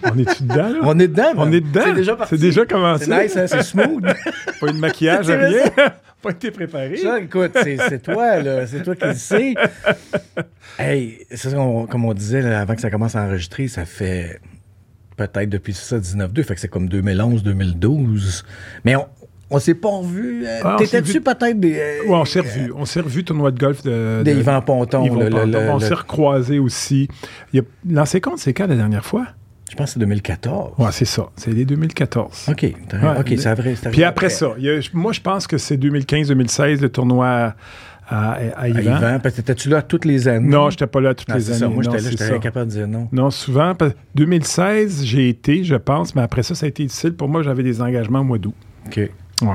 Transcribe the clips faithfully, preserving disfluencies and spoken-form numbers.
On est-tu dedans, là? On est dedans, On man. est dedans. C'est déjà parti. C'est déjà commencé. C'est nice, hein? C'est smooth. Pas eu de maquillage, Tu sais, rien. Pas été préparé. Ça, écoute, c'est, c'est toi, là. C'est toi qui le sais. Hey, c'est ça, on- comme on disait, là, avant que ça commence à enregistrer, ça fait peut-être depuis ça dix-neuf deux, fait que c'est comme deux mille onze, deux mille douze. Mais on, on s'est pas revu. Euh, Ah, on s'est T'étais-tu vu- peut-être des. euh, Oui, on s'est revus. On s'est revus, tournoi de golf de... Des de- Yvan Ponton, Yvan le- le- Ponton. le- On le- s'est recroisés aussi. Il y a... L'ancien compte, c'est quand la dernière fois? Je pense que c'est deux mille quatorze. Oui, c'est ça. C'est les deux mille quatorze. OK, t'as- OK, Ouais. c'est vrai. c'est Puis vrai. après ça, il y a- moi, je pense que c'est deux mille quinze deux mille seize, le tournoi à, à, à À Yvan. Yvan, parce que t'étais-tu là toutes les années? Non, je n'étais pas là toutes Ah, les c'est années. ça. Moi, Non, j'étais là, c'est j'étais ça. incapable de dire non. Non, souvent. parce- deux mille seize, j'ai été, je pense, mais après ça, ça a été difficile. Pour moi, j'avais des engagements au mois d'août. OK. Ouais.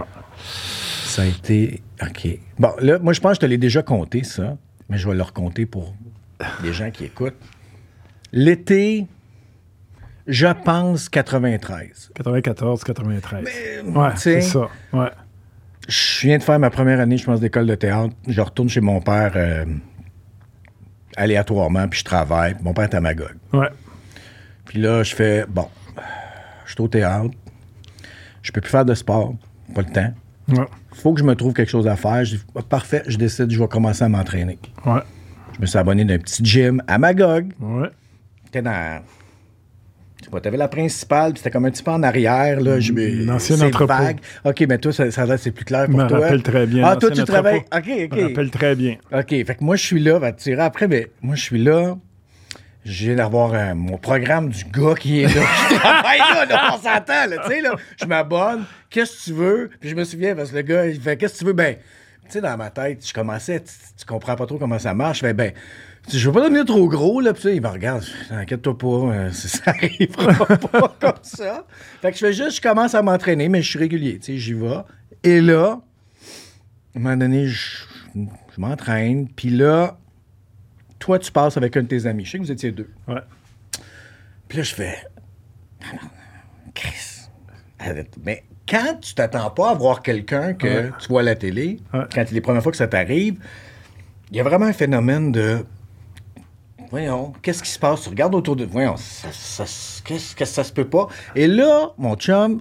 Ça a été. OK. Bon, là, moi, je pense que je te l'ai déjà compté, ça, mais je vais le recompter pour les gens qui écoutent. L'été, je pense quatre-vingt-treize. quatre-vingt-quatorze quatre-vingt-treize. Mais, Ouais, tu sais, c'est ça. Ouais. Je viens de faire ma première année, je pense, d'école de théâtre. Je retourne chez mon père euh, aléatoirement, puis je travaille. Mon père est à Magog. Ouais. Puis là, je fais, bon, je suis au théâtre, je peux plus faire de sport, pas le temps. Ouais. Faut que je me trouve quelque chose à faire. Je dis, ah, parfait, je décide, je vais commencer à m'entraîner. Ouais. Je me suis abonné d'un petit gym à Magog. Ouais. T'es dans... Tu sais pas, t'avais la principale, puis c'était comme un petit peu en arrière, là. Je, Une ancienne c'est entrepôt. vague. OK, mais toi, ça, ça, c'est plus clair Je pour me toi. rappelle très bien. Ah, toi, l'ancien tu travailles... entrepôt. OK, OK. Je me rappelle très bien. OK, fait que moi, je suis là, ben, tu diras après, mais moi, je suis là. Je viens d'avoir euh, mon programme du gars qui est là. Je travaille là, là, on s'entend, là, tu sais, là. Je m'abonne, qu'est-ce que tu veux? Puis je me souviens, parce que le gars, il fait, qu'est-ce que tu veux? Ben, tu sais, dans ma tête, je commençais, tu, tu comprends pas trop comment ça marche. Je fais, ben, je veux pas devenir trop gros, là. Puis tu sais, il me regarde, t'inquiète-toi pas, euh, ça arrivera pas comme ça. Fait que je fais juste, je commence à m'entraîner, mais je suis régulier, tu sais, j'y vais. Et là, à un moment donné, je, je m'entraîne, puis là, toi, tu passes avec un de tes amis. Je sais que vous étiez deux. Ouais. Puis là, je fais... Chris. Mais quand tu t'attends pas à voir quelqu'un que Ouais. tu vois à la télé, Ouais. quand c'est les premières fois que ça t'arrive, il y a vraiment un phénomène de... Voyons, qu'est-ce qui se passe? Tu regardes autour de... Voyons, ça, ça, qu'est-ce que ça se peut pas? Et là, mon chum...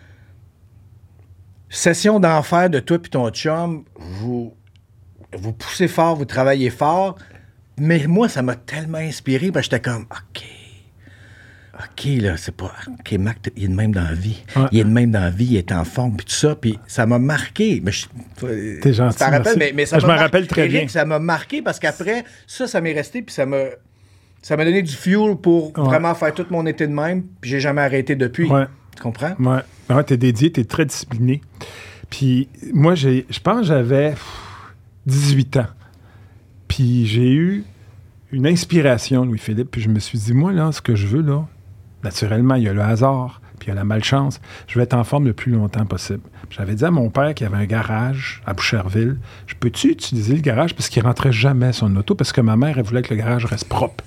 Session d'enfer de toi puis ton chum, vous... Vous poussez fort, vous travaillez fort... Mais moi, ça m'a tellement inspiré, parce que j'étais comme, OK, OK, là, c'est pas... OK, Mac, il est de même dans la vie. Ouais. Il est de même dans la vie, il est en forme, puis tout ça, puis ça m'a marqué. Mais je, T'es gentil, tu t'en rappelles, merci. mais, mais ça Je m'a m'en mar- rappelle très Éric, bien. ça m'a marqué, parce qu'après, ça, ça m'est resté, puis ça m'a... Ça m'a donné du fuel pour Ouais. vraiment faire tout mon été de même, puis j'ai jamais arrêté depuis. Ouais. Tu comprends? Ouais. Ouais, t'es dédié, t'es très discipliné. Puis moi, j'ai, je pense que j'avais pff, dix-huit ans. Puis j'ai eu une inspiration, Louis-Philippe, puis je me suis dit, moi, là, ce que je veux, là, naturellement, il y a le hasard, puis il y a la malchance. Je vais être en forme le plus longtemps possible. Puis j'avais dit à mon père qu'il y avait un garage à Boucherville. Je peux-tu utiliser le garage parce qu'il rentrait jamais son auto, parce que ma mère, elle voulait que le garage reste propre.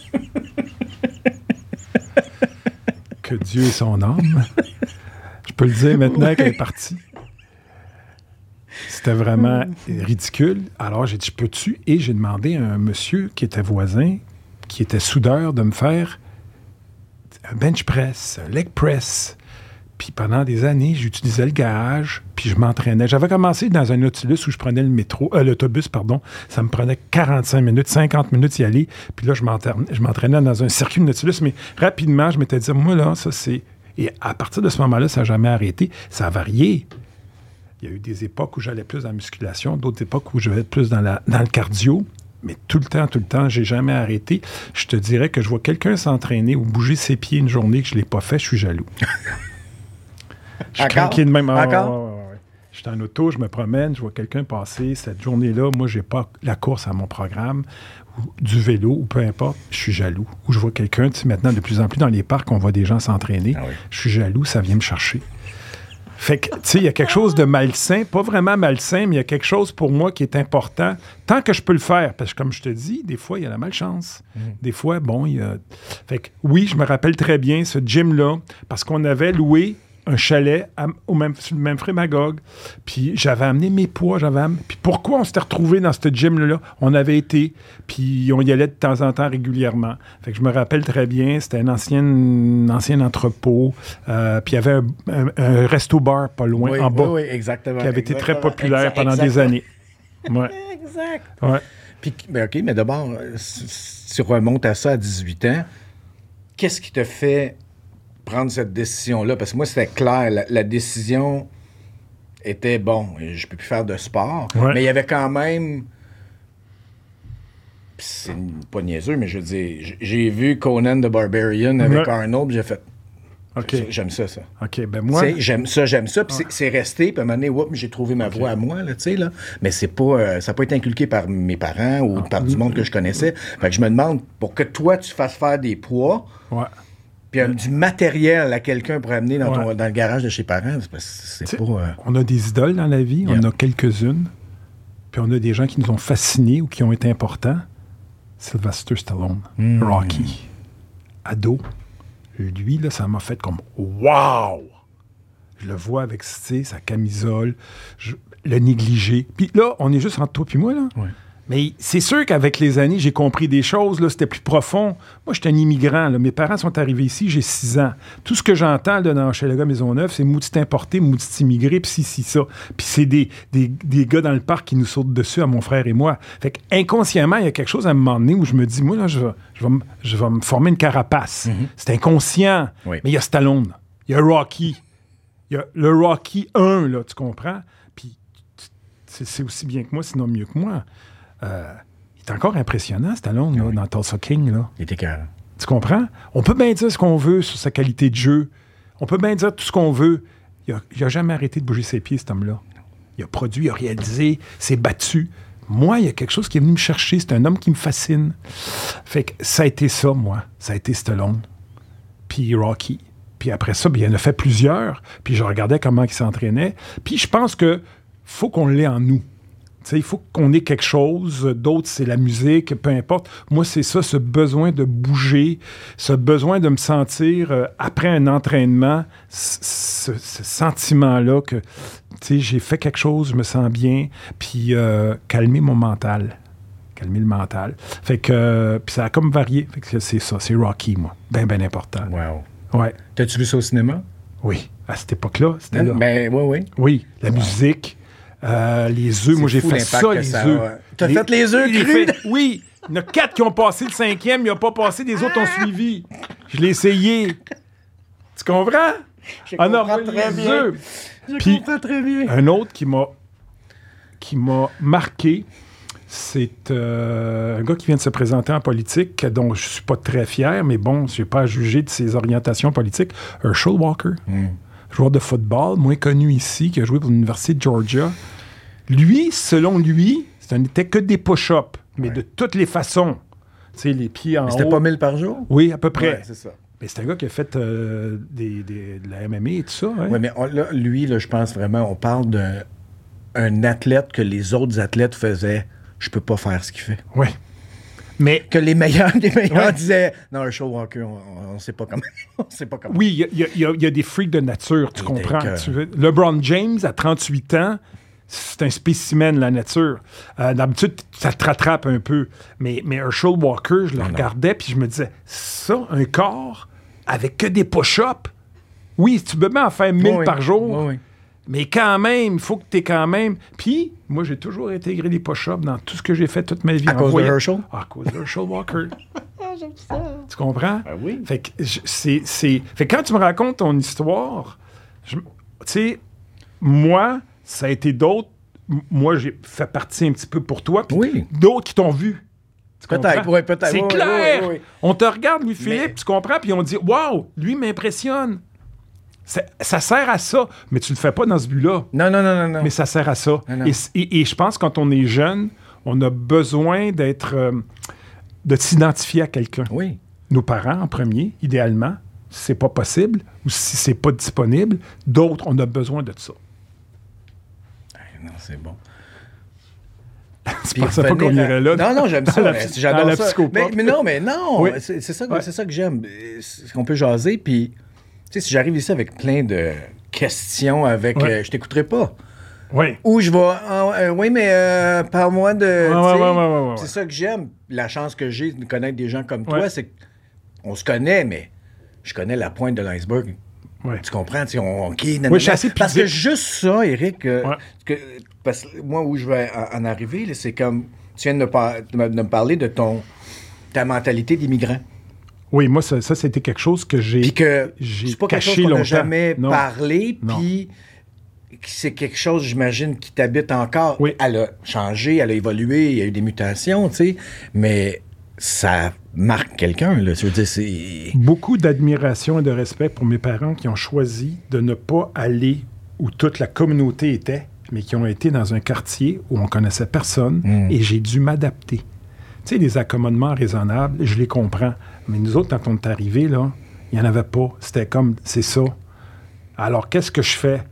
Que Dieu ait son âme. Je peux le dire maintenant qu'elle est partie. C'était vraiment ridicule. Alors, j'ai dit, je peux-tu? Et j'ai demandé à un monsieur qui était voisin, qui était soudeur, de me faire un bench press, un leg press. Puis pendant des années, j'utilisais le garage, puis je m'entraînais. J'avais commencé dans un Nautilus où je prenais le métro, euh, l'autobus, pardon. Ça me prenait quarante-cinq minutes, cinquante minutes y aller. Puis là, je m'entraînais, je m'entraînais dans un circuit de Nautilus. Mais rapidement, je m'étais dit, moi, là, ça, c'est... Et à partir de ce moment-là, ça n'a jamais arrêté. Ça a varié. Il y a eu des époques où j'allais plus dans la musculation, d'autres époques où je vais plus dans, la, dans le cardio. Mais tout le temps, tout le temps, j'ai jamais arrêté. Je te dirais que je vois quelqu'un s'entraîner ou bouger ses pieds une journée que je ne l'ai pas fait, je suis jaloux. Je suis Encore? tranquille de même. Ah, Encore? ouais, ouais, ouais, ouais. Je suis en auto, je me promène, je vois quelqu'un passer. Cette journée-là, moi, je n'ai pas la course à mon programme, ou du vélo, ou peu importe, je suis jaloux. Ou je vois quelqu'un, tu sais, maintenant, de plus en plus dans les parcs, on voit des gens s'entraîner. Ah oui. Je suis jaloux, ça vient me chercher. Fait que, tu sais, il y a quelque chose de malsain, pas vraiment malsain, mais il y a quelque chose pour moi qui est important, tant que je peux le faire. Parce que, comme je te dis, des fois, il y a la malchance. Mm. Des fois, bon, il y a... Fait que, oui, je me rappelle très bien ce gym-là, parce qu'on avait loué un chalet à- au même, sur le même Frémagogue. Puis j'avais amené mes poids. J'avais am- Puis pourquoi on s'était retrouvés dans ce gym-là? On avait été, puis on y allait de temps en temps régulièrement. Fait que je me rappelle très bien, c'était un ancien, un ancien entrepôt. Euh, puis il y avait un, un- un resto-bar pas loin, Oui, en bas, oui, oui, exactement. qui avait été très exactement, populaire exact- pendant des exactement. années. Ouais. Exact. Ouais. Puis, ben OK, mais d'abord, euh, si si tu remontes à ça à dix-huit ans, qu'est-ce qui te fait prendre cette décision-là? Parce que moi, c'était clair, la, la décision était, bon, je peux plus faire de sport, Ouais. mais il y avait quand même... Puis c'est pas niaiseux, mais je veux dire, j- j'ai vu Conan the Barbarian avec Ouais. Arnold, puis j'ai fait, OK. j'aime ça, ça. OK, ben moi... Tu sais, j'aime ça, j'aime ça. Puis c'est- c'est resté. Puis à un moment donné, whoop, j'ai trouvé ma voie à moi, là, tu sais, là. Mais c'est pas, euh, ça n'a pas été inculqué par mes parents ou par du monde que je connaissais. Fait que je me demande, pour que toi, tu fasses faire des poids, Ouais. puis euh, du matériel à quelqu'un pour amener dans, ton- Ouais. dans le garage de chez parents, c'est parce que c'est T'sais, pas... euh, On a des idoles dans la vie, Yeah. on a quelques-unes, puis on a des gens qui nous ont fascinés ou qui ont été importants. Sylvester Stallone, Mm. Rocky, ado. Lui, là, ça m'a fait comme « Wow! » Je le vois avec, tu sais, sa camisole, je- le négligé. Puis là, on est juste entre toi puis moi, là. Ouais. Mais c'est sûr qu'avec les années, j'ai compris des choses, là, c'était plus profond. Moi, j'étais un immigrant, là. Mes parents sont arrivés ici, j'ai six ans. Tout ce que j'entends là, dans Hochelaga Maisonneuve, c'est maudit importé, maudit immigré, puis si, si, ça. Puis c'est des, des, des gars dans le parc qui nous sautent dessus à mon frère et moi. Fait qu'inconsciemment, il y a quelque chose à un moment donné où je me dis, moi, là, je vais, je vais, me- je vais me former une carapace. C'est inconscient. Oui. Mais il y a Stallone, il y a Rocky, il y a le Rocky un, là, tu comprends? Puis c'est c'est aussi bien que moi, sinon mieux que moi. Euh, il est encore impressionnant, Stallone, là, Oui. dans Tulsa King. Là. Il était carré. Tu comprends? On peut bien dire ce qu'on veut sur sa qualité de jeu. On peut bien dire tout ce qu'on veut. Il n'a jamais arrêté de bouger ses pieds, cet homme-là. Il a produit, il a réalisé, s'est battu. Moi, il y a quelque chose qui est venu me chercher. C'est un homme qui me fascine. Fait que ça a été ça, moi. Ça a été Stallone. Puis Rocky. Puis après ça, bien, il en a fait plusieurs. Puis je regardais comment il s'entraînait. Puis je pense que faut qu'on l'ait en nous. Tu sais, il faut qu'on ait quelque chose. D'autres, c'est la musique, peu importe. Moi, c'est ça, ce besoin de bouger, ce besoin de me sentir, euh, après un entraînement, c- ce, ce sentiment-là que, tu sais, j'ai fait quelque chose, je me sens bien, puis euh, calmer mon mental. Calmer le mental. Fait que, euh, puis ça a comme varié. Fait que c'est ça, c'est Rocky, moi. Ben, ben important. Wow. Ouais, T'as-tu vu ça au cinéma? oui. À cette époque-là, c'était là. Ben, oui, oui. Oui, la musique, euh, les œufs. Moi, j'ai fou fait l'impact ça, que les ça a, œufs. ouais. T'as fait les œufs j'ai crus? fait- Oui. Il y en a quatre qui ont passé le cinquième, il n'a pas passé, les autres ont suivi. Je l'ai essayé. Tu comprends? Je Ah non, comprends les très bien. œufs. Je Puis- comprends très bien. Un autre qui m'a qui m'a marqué, c'est euh, un gars qui vient de se présenter en politique, dont je suis pas très fier, mais bon, je n'ai pas à juger de ses orientations politiques. Herschel Walker, Mm. joueur de football, moins connu ici, qui a joué pour l'Université de Georgia. Lui, selon lui, ce n'était que des push-ups, mais Ouais. de toutes les façons. Tu sais, les pieds en Mais c'était haut. pas mille par jour? Oui, à peu près. Ouais, c'est ça. Mais c'est un gars qui a fait euh, des, des- de la M M A et tout ça. hein. Oui, mais on- là, lui, là, je pense vraiment, on parle d'un un athlète que les autres athlètes faisaient. Je peux pas faire ce qu'il fait. Ouais. Mais Que les meilleurs, les meilleurs Ouais. disaient non, Herschel Walker, on, on sait pas comment. on sait pas comment. oui, il y a- il y, a- il y a- il y a des freaks de nature, tu Il comprends. était Tu veux- LeBron James, à trente-huit ans, c'est un spécimen, la nature. Euh, D'habitude, ça te rattrape un peu. Mais, mais Herschel Walker, je le Non, non. regardais, puis je me disais, ça, un corps avec que des push-ups? Oui, tu peux bien en faire mille Oui, oui. par jour. Oui, oui. Mais quand même, il faut que tu es quand même. Puis, moi, j'ai toujours intégré les push-ups dans tout ce que j'ai fait toute ma vie. À En cause de voyant- Herschel? Ah, à cause de Herschel Walker. Tu comprends? Ben oui. Fait que, je- c'est, c'est... fait que quand tu me racontes ton histoire, je- tu sais, moi, ça a été d'autres. M- Moi, j'ai fait partie un petit peu pour toi. Puis Oui. d'autres qui t'ont vu. Tu Peut-être, comprends? oui, peut-être. C'est Oui, oui, clair. oui, oui, oui. On te regarde, Louis-Philippe, Mais- tu comprends, puis on dit waouh, lui m'impressionne. Ça, ça sert à ça, mais tu le fais pas dans ce but-là. Non, non, non, non, non. Mais ça sert à ça. Ah non. Et, et- et je pense que quand on est jeune, on a besoin d'être, euh, de s'identifier à quelqu'un. Oui. Nos parents en premier, idéalement, si c'est pas possible ou si c'est pas disponible. D'autres, on a besoin de ça. Ay, non, c'est bon. Je Puis pensais pas qu'on revenir à- irait là. Non, non, j'aime dans ça. la mais psy- J'adore dans la ça. psychopop. Mais, mais non, mais non. Oui. C'est c'est ça, que- Ouais. c'est ça que j'aime. C'est qu'on peut jaser. Puis, tu sais, si j'arrive ici avec plein de question avec Ouais. euh, je t'écouterai pas. Oui. Ou je vais, ah, euh, oui, mais euh, parle-moi de. Ouais, tu ouais, sais, ouais, ouais, ouais, ouais. C'est ça que j'aime. La chance que j'ai de connaître des gens comme Ouais. toi, c'est qu'on se connaît, mais je connais la pointe de l'iceberg. Ouais. Tu comprends? Tu sais, on, OK, nanana. Oui, je suis assez Parce que pudique. juste ça, Eric, euh, Ouais. que, parce que moi, où je vais en, en arriver, là, c'est comme. Tu viens de me, par- de me- de me parler de ton ta mentalité d'immigrant. Oui, moi, ça, ça c'était quelque chose que j'ai Puis que j'ai c'est pas quelque chose caché qu'on n'a longtemps. jamais Non. parlé, Non. puis que c'est quelque chose, j'imagine, qui t'habite encore. Oui. Elle a changé, elle a évolué, il y a eu des mutations, tu sais, mais ça marque quelqu'un, là. Je veux dire, c'est... Beaucoup d'admiration et de respect pour mes parents qui ont choisi de ne pas aller où toute la communauté était, mais qui ont été dans un quartier où on connaissait personne Mm. et j'ai dû m'adapter. Tu sais, les accommodements raisonnables, je les comprends. Mais nous autres, quand on est arrivés, là, il n'y en avait pas. C'était comme, c'est ça. Alors, qu'est-ce que je fais?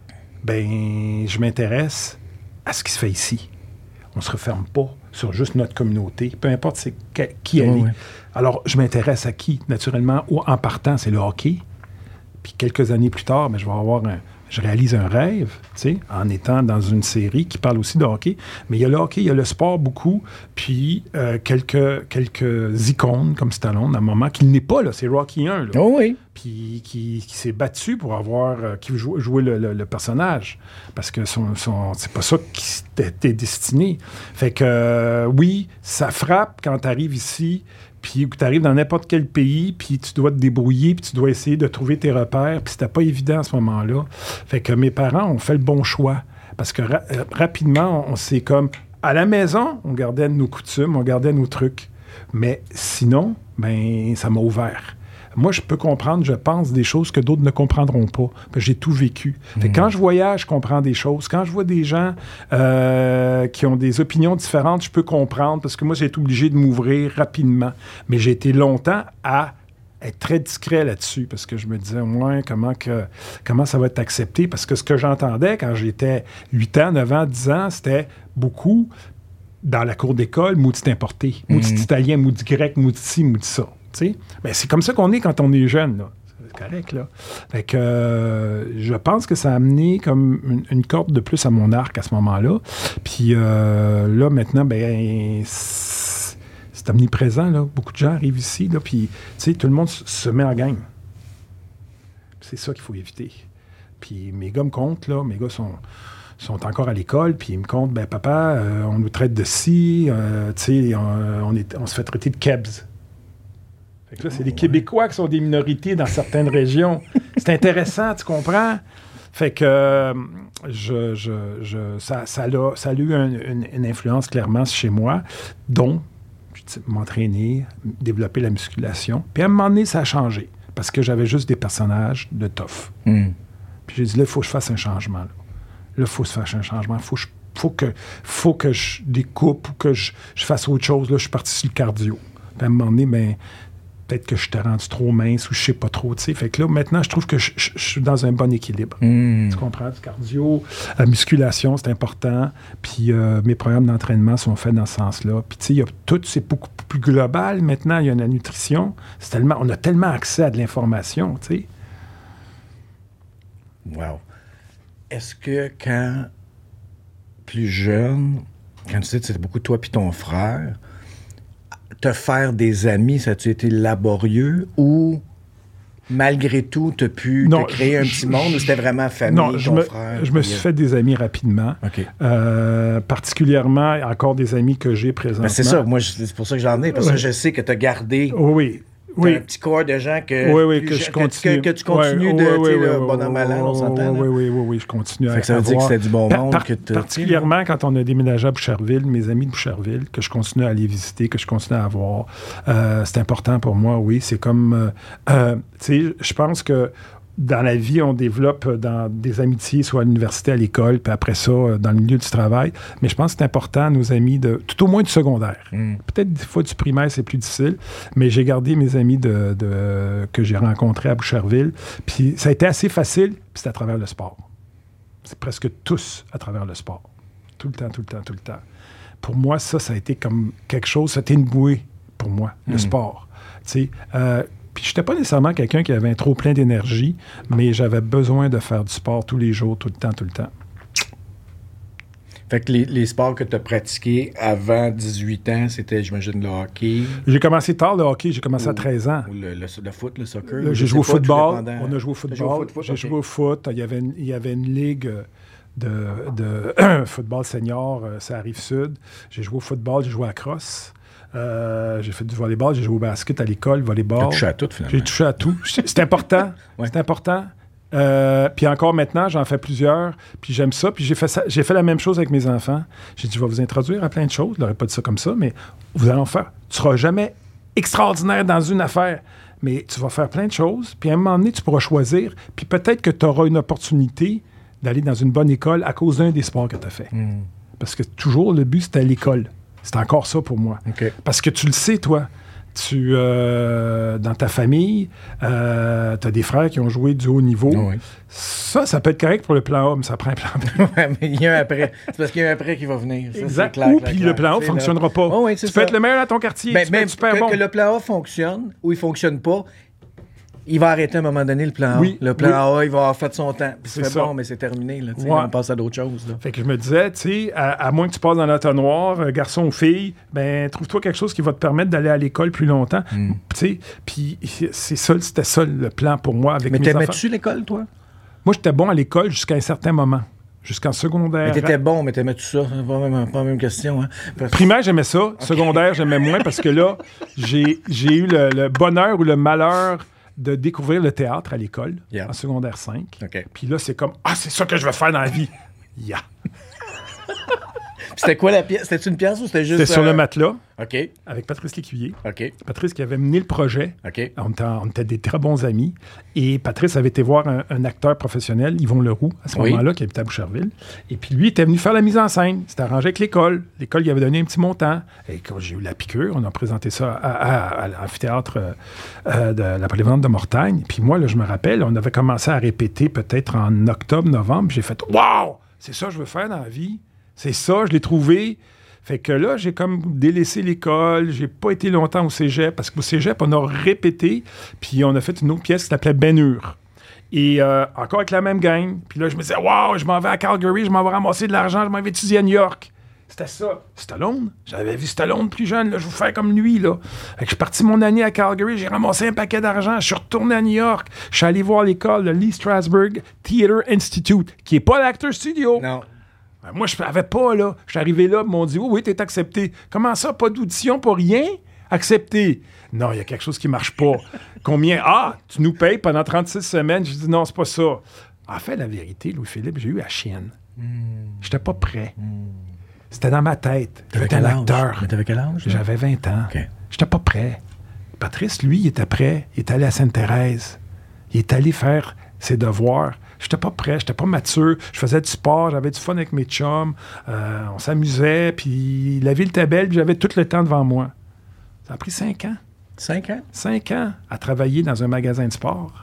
Ben, je m'intéresse à ce qui se fait ici. On ne se referme pas sur juste notre communauté, peu importe c'est que- qui elle Ouais, est. ouais. Alors, je m'intéresse à qui? Naturellement, ou en partant, c'est le hockey. Puis quelques années plus tard, ben, je vais avoir un, je réalise un rêve, tu sais, en étant dans une série qui parle aussi de hockey. Mais il y a le hockey, il y a le sport beaucoup, puis euh, quelques, quelques icônes comme Stallone, à un moment, qu'il n'est pas, là, c'est Rocky un, là. Oh oui. Puis qui, qui s'est battu pour avoir, euh, qui jou- jouer le, le- le personnage. Parce que son, son- c'est pas ça qui était destiné. Fait que, euh, oui, ça frappe quand tu arrives ici, puis que tu arrives dans n'importe quel pays, puis tu dois te débrouiller, puis tu dois essayer de trouver tes repères, puis c'était pas évident à ce moment-là. Fait que mes parents ont fait le bon choix. Parce que ra- euh, rapidement, on, on s'est comme... À la maison, on gardait nos coutumes, on gardait nos trucs. Mais sinon, ben ça m'a ouvert. Moi, je peux comprendre, je pense, des choses que d'autres ne comprendront pas. Parce que j'ai tout vécu. Fait que quand je voyage, je comprends des choses. Quand je vois des gens euh, qui ont des opinions différentes, je peux comprendre parce que moi, j'ai été obligé de m'ouvrir rapidement. Mais j'ai été longtemps à être très discret là-dessus parce que je me disais, ouais, comment, que, comment ça va être accepté? Parce que ce que j'entendais quand j'étais huit ans, neuf ans, dix ans, c'était beaucoup dans la cour d'école, maudit importé, maudit italien, maudit grec, maudit ci, maudit ça. Tu sais? Ben, c'est comme ça qu'on est quand on est jeune, là. C'est correct, là. Fait que euh, je pense que ça a amené comme une, une corde de plus à mon arc à ce moment-là. Puis euh, là, maintenant, ben c'est, c'est omniprésent, là. Beaucoup de gens arrivent ici, là, puis tu sais, tout le monde se, se met en gang. C'est ça qu'il faut éviter. Puis mes gars me comptent, là, mes gars sont... sont encore à l'école, puis ils me comptent, ben papa, euh, on nous traite de ci, euh, tu sais, on, on, est- on se fait traiter de kebs. Fait que là, c'est les Québécois qui sont des minorités dans certaines régions. C'est intéressant, tu comprends? Fait que euh, je, je, je- ça, ça, a, ça a eu un- une, une influence clairement chez moi, dont je dis, m'entraîner, développer la musculation. Puis à un moment donné, ça a changé, parce que j'avais juste des personnages de tough. Mm. Puis j'ai dit, là, il faut que je fasse un changement, là. Là, il faut se faire un changement. Il faut, que je- faut, que, faut que je découpe ou que je, je fasse autre chose. Là, je suis parti sur le cardio. Puis à un moment donné, ben, peut-être que je t'ai rendu trop mince ou je sais pas trop. Tu sais. Fait que là, maintenant, je trouve que je, je- je suis dans un bon équilibre. Mm. Tu comprends? Du cardio, la musculation, c'est important. Puis euh, mes programmes d'entraînement sont faits dans ce sens-là. Puis tu sais, il y a tout, c'est beaucoup plus global maintenant. Il y a la nutrition. C'est tellement, on a tellement accès à de l'information, tu sais. Wow. Est-ce que quand, plus jeune, quand tu sais que c'était beaucoup toi puis ton frère, te faire des amis, ça a-tu été laborieux ou malgré tout, tu as pu Non, te créer je- un je- petit monde ou c'était vraiment famille, Non, je ton me, frère? je me puis, suis euh, fait des amis rapidement. OK. Euh, particulièrement, encore des amis que j'ai présentement. Ben, c'est ça, moi, je- c'est pour ça que j'en ai, parce que Ouais. je sais que tu as gardé Oui, oui. t'as Oui. un petit corps de gens que, Oui, oui, plus que je- je continue. que, que tu continues Ouais, de, ouais, tu sais, ouais, le ouais, bonhomme ouais, malin, on s'entend. Oui, là? oui, oui, oui, je continue Fait à que ça veut dire que avoir- c'était du bon Par- monde par- que t'as- Particulièrement quand on a déménagé à Boucherville, mes amis de Boucherville, que je continue à aller visiter, que je continue à avoir, euh, c'est important pour moi, oui. C'est comme, euh, euh, tu sais, je pense que dans la vie, on développe dans des amitiés, soit à l'université, à l'école, puis après ça, euh, dans le milieu du travail. Mais je pense que c'est important, nos amis, de tout au moins du secondaire. Mm. Peut-être des fois du primaire, c'est plus difficile, mais j'ai gardé mes amis de, de- que j'ai rencontrés à Boucherville. Puis ça a été assez facile, puis c'est à travers le sport. C'est presque tous à travers le sport. Tout le temps, tout le temps, tout le temps. Pour moi, ça, ça a été comme quelque chose, c'était une bouée pour moi, le Mm. sport. Tu sais, euh, Puis j'étais pas nécessairement quelqu'un qui avait un trop plein d'énergie, mais j'avais besoin de faire du sport tous les jours, tout le temps, tout le temps. Fait que les, les sports que tu as pratiqués avant dix-huit ans, c'était, j'imagine, le hockey. J'ai commencé tard le hockey, j'ai commencé ou, à treize ans. Ou le, le, le foot, le soccer. Là, j'ai joué au football. On a joué au football. Joué au foot, foot, j'ai okay. joué au foot. Il y avait une, il y avait une ligue de, de football senior, ça arrive sud. J'ai joué au football, j'ai joué à la crosse. Euh, j'ai fait du volleyball, j'ai joué au basket à l'école, volleyball. J'ai touché à tout, finalement. J'ai touché à tout. C'est important. Ouais. C'est important. Euh, puis encore maintenant, j'en fais plusieurs, puis j'aime ça. Puis j'ai fait ça, j'ai fait la même chose avec mes enfants. J'ai dit, je vais vous introduire à plein de choses. Je n'aurais pas dit ça comme ça, mais vous allez en faire. Tu seras jamais extraordinaire dans une affaire, mais tu vas faire plein de choses. Puis à un moment donné, tu pourras choisir. Puis peut-être que tu auras une opportunité d'aller dans une bonne école à cause d'un des sports que tu as fait. Mm. Parce que toujours, le but, c'était l'école. C'est encore ça pour moi. Okay. Parce que tu le sais, toi. Tu, euh, dans ta famille, euh, tu as des frères qui ont joué du haut niveau. Oh oui. Ça, ça peut être correct pour le plan A, mais ça prend un plan B. Ouais, mais il y a un après. C'est parce qu'il y a un après qui va venir. Ça, exact. Clair, ou clair, puis clair, le plan A ne fonctionnera pas. Oh oui, tu ça. peux être le meilleur dans ton quartier. Ben, tu peux être super que, bon. Que le plan A fonctionne ou il ne fonctionne pas, il va arrêter à un moment donné le plan A. Oui, le plan oui. A, il va avoir fait son temps. Puis c'est ça. bon, mais c'est terminé. Là, ouais. On passe à d'autres choses. Là. Fait que je me disais, tu sais, à, à moins que tu passes dans l'entonnoir, garçon ou fille, ben trouve-toi quelque chose qui va te permettre d'aller à l'école plus longtemps. Mm. Tu sais, puis c'est ça, c'était ça le plan pour moi avec mais mes enfants. Mais t'aimais-tu l'école, toi? Moi, j'étais bon à l'école jusqu'à un certain moment. Jusqu'en secondaire. Mais t'étais bon, mais t'aimais-tu ça? C'est pas, même, pas la même question. Hein? Parce... Primaire, j'aimais ça. Okay. Secondaire, j'aimais moins parce que là, j'ai, j'ai eu le, le bonheur ou le malheur de découvrir le théâtre à l'école, yeah. en secondaire cinq. Okay. Puis là, c'est comme, ah, c'est ça que je veux faire dans la vie. Yeah. C'était quoi la pièce? C'était une pièce ou c'était juste... C'était sur euh... le matelas. OK. Avec Patrice Lécuyer. OK. Patrice qui avait mené le projet. OK. On était, on était des très bons amis. Et Patrice avait été voir un, un acteur professionnel, Yvon Leroux, à ce oui. moment-là, qui habitait à Boucherville. Et puis lui, il était venu faire la mise en scène. C'était arrangé avec l'école. L'école lui avait donné un petit montant. Et quand j'ai eu la piqûre, on a présenté ça à, à, à l'amphithéâtre euh, de la Polyvalente de Mortagne. Puis moi, là, je me rappelle, on avait commencé à répéter peut-être en octobre, novembre. J'ai fait « Wow! C'est ça que je veux faire dans la vie. C'est ça, je l'ai trouvé. » Fait que là, j'ai comme délaissé l'école. J'ai pas été longtemps au cégep, parce qu'au cégep, on a répété, puis on a fait une autre pièce qui s'appelait Ben-Hur. Et euh, encore avec la même gang. Puis là, je me disais, wow, je m'en vais à Calgary, je m'en vais ramasser de l'argent, je m'en vais étudier à New York. C'était ça. Stallone. J'avais vu Stallone plus jeune, là, je veux faire comme lui, là. Fait que je suis parti mon année à Calgary, j'ai ramassé un paquet d'argent, je suis retourné à New York. Je suis allé voir l'école, le Lee Strasberg Theatre Institute, qui n'est pas l'Actor Studio. Non. Ben, moi, je savais pas, là. Je suis arrivé là, ils m'ont dit, oui, oui, t'es accepté. Comment ça, pas d'audition pour rien? Accepté. Non, il y a quelque chose qui marche pas. Combien? Ah, tu nous payes pendant trente-six semaines. J'ai dit, non, c'est pas ça. En fait, la vérité, Louis-Philippe, j'ai eu la chienne. Mm. J'étais pas prêt. Mm. C'était dans ma tête. J'étais un acteur. Mais t'avais quel âge? Là? J'avais vingt ans. Okay. J'étais pas prêt. Patrice, lui, il était prêt. Il est allé à Sainte-Thérèse. Il est allé faire ses devoirs. J'étais pas prêt, j'étais pas mature. Je faisais du sport, j'avais du fun avec mes chums. Euh, on s'amusait, puis la ville était belle, puis j'avais tout le temps devant moi. Ça a pris cinq ans. Cinq ans? Cinq ans à travailler dans un magasin de sport.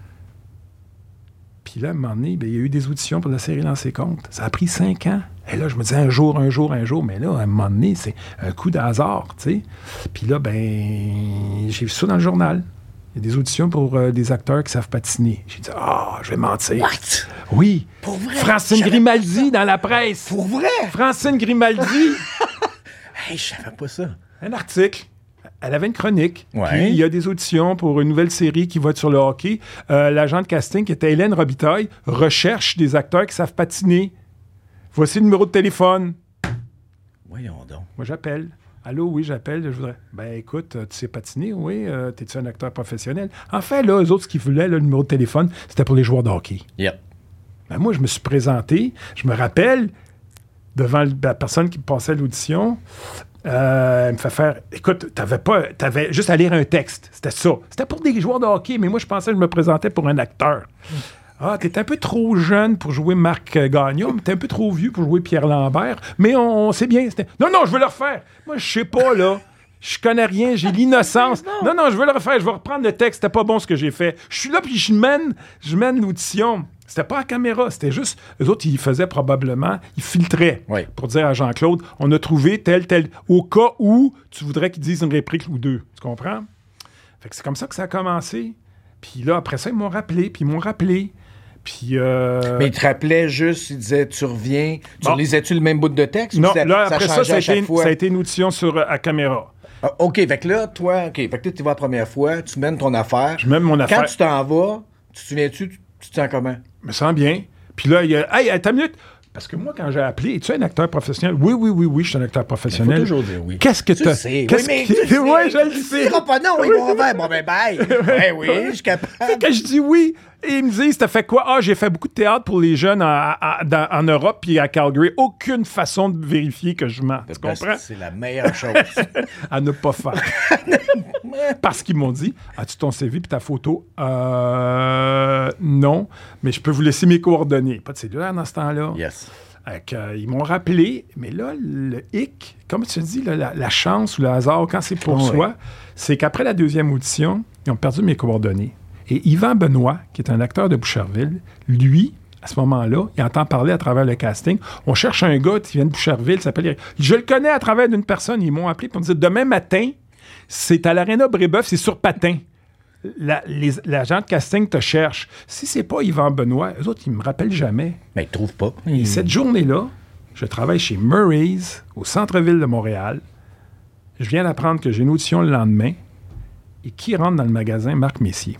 Puis là, à un moment donné, bien, il y a eu des auditions pour la série Lancer Compte. Ça a pris cinq ans. Et là, je me disais un jour, un jour, un jour. Mais là, à un moment donné, c'est un coup de hasard, tu sais. Puis là, ben, j'ai vu ça dans le journal. Il y a des auditions pour euh, des acteurs qui savent patiner. J'ai dit, ah, oh, je vais mentir. What? Oui. Pour vrai? Francine J'avais... Grimaldi dans la presse. Pour vrai? Francine Grimaldi. Hey, je savais pas ça. Un article. Elle avait une chronique. Ouais. Puis il y a des auditions pour une nouvelle série qui va être sur le hockey. Euh, l'agent de casting, qui était Hélène Robitaille, recherche des acteurs qui savent patiner. Voici le numéro de téléphone. Voyons donc. Moi, j'appelle. Allô, oui, j'appelle, je voudrais... Ben, écoute, tu sais patiner, oui, euh, t'es-tu un acteur professionnel? En fait, là, eux autres, ce qu'ils voulaient, là, le numéro de téléphone, c'était pour les joueurs de hockey. Yep. Ben, moi, je me suis présenté, je me rappelle, devant la personne qui passait l'audition, euh, elle me fait faire... Écoute, t'avais pas... T'avais juste à lire un texte, c'était ça. C'était pour des joueurs de hockey, mais moi, je pensais que je me présentais pour un acteur. Mm. Ah, t'es un peu trop jeune pour jouer Marc Gagnon, mais t'es un peu trop vieux pour jouer Pierre Lambert, mais on, on sait bien. C'était... Non, non, je veux le refaire. Moi, je sais pas, là. Je connais rien, j'ai l'innocence. Non, non, je veux le refaire, je vais reprendre le texte, c'était pas bon ce que j'ai fait. Je suis là, puis je mène, je mène l'audition. C'était pas à caméra, c'était juste... Eux autres, ils faisaient probablement... Ils filtraient oui. pour dire à Jean-Claude, on a trouvé tel, tel... Au cas où tu voudrais qu'ils disent une réplique ou deux. Tu comprends? Fait que c'est comme ça que ça a commencé. Puis là, après ça, ils m'ont rappelé, puis ils m'ont rappelé. Puis... Euh... Mais ils te rappelaient juste, ils disaient, tu reviens. Tu bon. lisais-tu le même bout de texte? Non, ça, là, après ça, ça, ça, a été, fois? ça a été une audition sur, à caméra. Ah, OK, fait que là, toi, OK, fait que là, tu vas la première fois, tu mènes ton affaire. Je mène mon affaire. Quand tu t'en vas, tu te souviens-tu, tu, tu te sens comment? Je me sens bien. Puis là, il y a... Hey, attends une minute! Parce que moi, quand j'ai appelé, es-tu un acteur professionnel? Oui, oui, oui, oui, je suis un acteur professionnel. Il faut toujours dire oui. Qu'est-ce que tu as... sais, Qu'est-ce oui, mais que... tu sais, oui, je le sais. Tu diras pas non, ils vont faire. Bon, ben, bye. Ben oui, je suis capable. Fait que je dis oui. Et ils me disent, t'as fait quoi? Ah, j'ai fait beaucoup de théâtre pour les jeunes en, en, dans, en Europe puis à Calgary. Aucune façon de vérifier que je mens. Tu comprends? C'est la meilleure chose. À ne pas faire. Parce qu'ils m'ont dit, as-tu ton C V puis ta photo? Euh, non, mais je peux vous laisser mes coordonnées. Pas de cellulaire dans ce temps-là. Yes. Avec, euh, ils m'ont rappelé, mais là, le hic, comme tu dis, là, la, la chance ou le hasard, quand c'est pour oh, soi, oui. c'est qu'après la deuxième audition, ils ont perdu mes coordonnées. Et Yvan Benoît, qui est un acteur de Boucherville, lui, à ce moment-là, il entend parler à travers le casting. On cherche un gars qui vient de Boucherville, il s'appelle... Je le connais à travers d'une personne. Ils m'ont appelé pour me dire, demain matin, c'est à l'Arena Brébeuf, c'est sur patin. La, les, l'agent de casting te cherche. Si c'est pas Yvan Benoît, eux autres, ils me rappellent jamais. Mais ils ne trouvent pas. Et cette journée-là, je travaille chez Murray's, au centre-ville de Montréal. Je viens d'apprendre que j'ai une audition le lendemain. Et qui rentre dans le magasin? Marc Messier.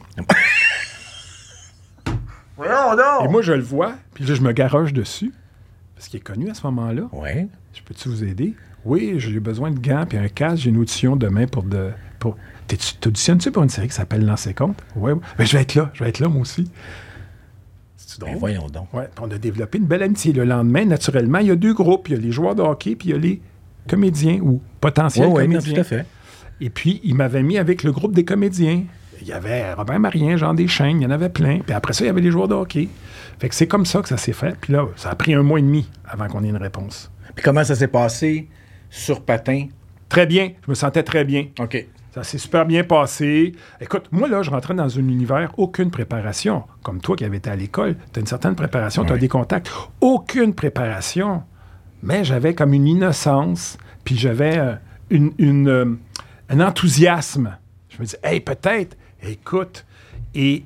Non, non! Et moi, je le vois, puis là, je me garoche dessus, parce qu'il est connu à ce moment-là. Oui. Je peux-tu vous aider? Oui, j'ai besoin de gants puis un casque. J'ai une audition demain pour... de pour... T'auditionnes-tu pour une série qui s'appelle Lancer compte? Oui, oui. Ben, je vais être là. Je vais être là, moi aussi. C'est drôle? Ben, voyons donc. Oui, on a développé une belle amitié. Le lendemain, naturellement, il y a deux groupes. Il y a les joueurs de hockey, puis il y a les comédiens ou potentiels oui, comédiens. Oui, tout à fait. Et puis, il m'avait mis avec le groupe des comédiens. Il y avait Robert Marien, Jean Deschaines, il y en avait plein. Puis après ça, il y avait les joueurs de hockey. Fait que c'est comme ça que ça s'est fait. Puis là, ça a pris un mois et demi avant qu'on ait une réponse. Puis comment ça s'est passé sur patin? Très bien. Je me sentais très bien. OK. Ça s'est super bien passé. Écoute, moi, là, je rentrais dans un univers, aucune préparation. Comme toi qui avais été à l'école, tu as une certaine préparation, tu as oui. des contacts. Aucune préparation. Mais j'avais comme une innocence, puis j'avais euh, une, une, euh, un enthousiasme. Je me dis, hey, peut-être, écoute. Et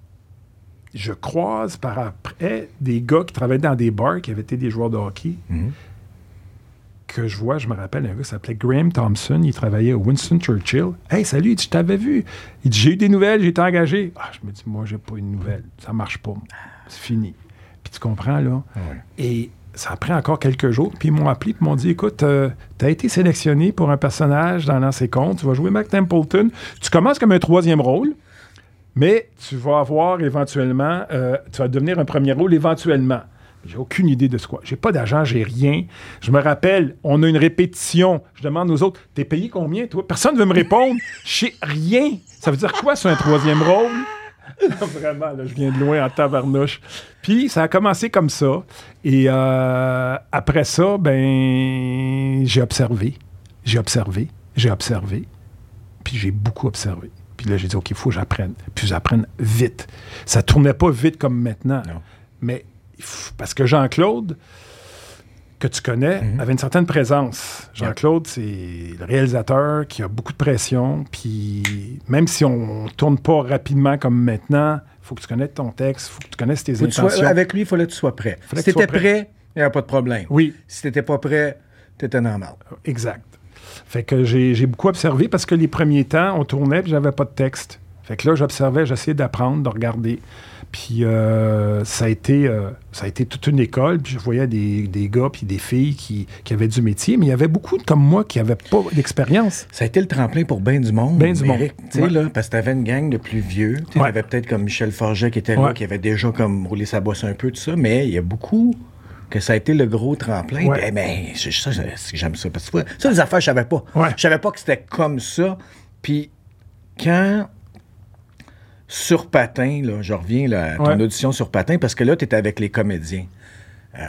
je croise par après des gars qui travaillaient dans des bars, qui avaient été des joueurs de hockey. Mm-hmm. Que je vois, je me rappelle, un gars qui s'appelait Graham Thompson, il travaillait au Winston Churchill. « Hey, salut, il dit, je t'avais vu. » Il dit, « J'ai eu des nouvelles, j'ai été engagé. » Ah, je me dis, moi, j'ai pas eu de nouvelles. Ça marche pas. C'est fini. Puis tu comprends, là? Oui. Et ça a pris encore quelques jours. Puis ils m'ont appelé et m'ont dit, « Écoute, euh, tu as été sélectionné pour un personnage dans Lancer compte. Tu vas jouer Mac Templeton. Tu commences comme un troisième rôle, mais tu vas avoir éventuellement... Euh, tu vas devenir un premier rôle éventuellement. » J'ai aucune idée de ce quoi. J'ai pas d'agent, j'ai rien. Je me rappelle, on a une répétition. Je demande aux autres, t'es payé combien, toi? Personne ne veut me répondre. Je sais rien. Ça veut dire quoi, sur un troisième rôle? Vraiment, là, je viens de loin en tabarnouche. Puis, ça a commencé comme ça. Et euh, après ça, ben, j'ai observé. J'ai observé. J'ai observé. Puis, j'ai beaucoup observé. Puis là, j'ai dit, OK, il faut que j'apprenne. Puis, j'apprenne vite. Ça tournait pas vite comme maintenant. Non. Mais... Parce que Jean-Claude, que tu connais, mm-hmm. avait une certaine présence. Jean-Claude, c'est le réalisateur qui a beaucoup de pression. Puis même si on ne tourne pas rapidement comme maintenant, il faut que tu connaisses ton texte, il faut que tu connaisses tes faut intentions. Sois, avec lui, il fallait que tu sois prêt. Fallait si tu étais prêt, prêt, il n'y avait pas de problème. Oui. Si tu n'étais pas prêt, tu étais normal. Exact. Fait que j'ai, j'ai beaucoup observé parce que les premiers temps, on tournait et j'avais pas de texte. Fait que là, j'observais, j'essayais d'apprendre, de regarder. Puis euh, ça, a été, euh, ça a été toute une école. Puis je voyais des, des gars puis des filles qui, qui avaient du métier. Mais il y avait beaucoup comme moi qui n'avaient pas d'expérience. Ça a été le tremplin pour bien du monde. Bien du monde. Tu sais, ouais. là, parce que tu avais une gang de plus vieux. Tu ouais. avais peut-être comme Michel Forget qui était ouais. là, qui avait déjà comme roulé sa bosse un peu, tout ça. Mais il y a beaucoup que ça a été le gros tremplin. Ouais. Puis, mais ça, j'aime ça. Parce que ça, les affaires, je savais pas. Ouais. Je savais pas que c'était comme ça. Puis quand... Sur patin, là, je reviens là, à ton ouais. audition sur patin, parce que là, tu étais avec les comédiens. Euh,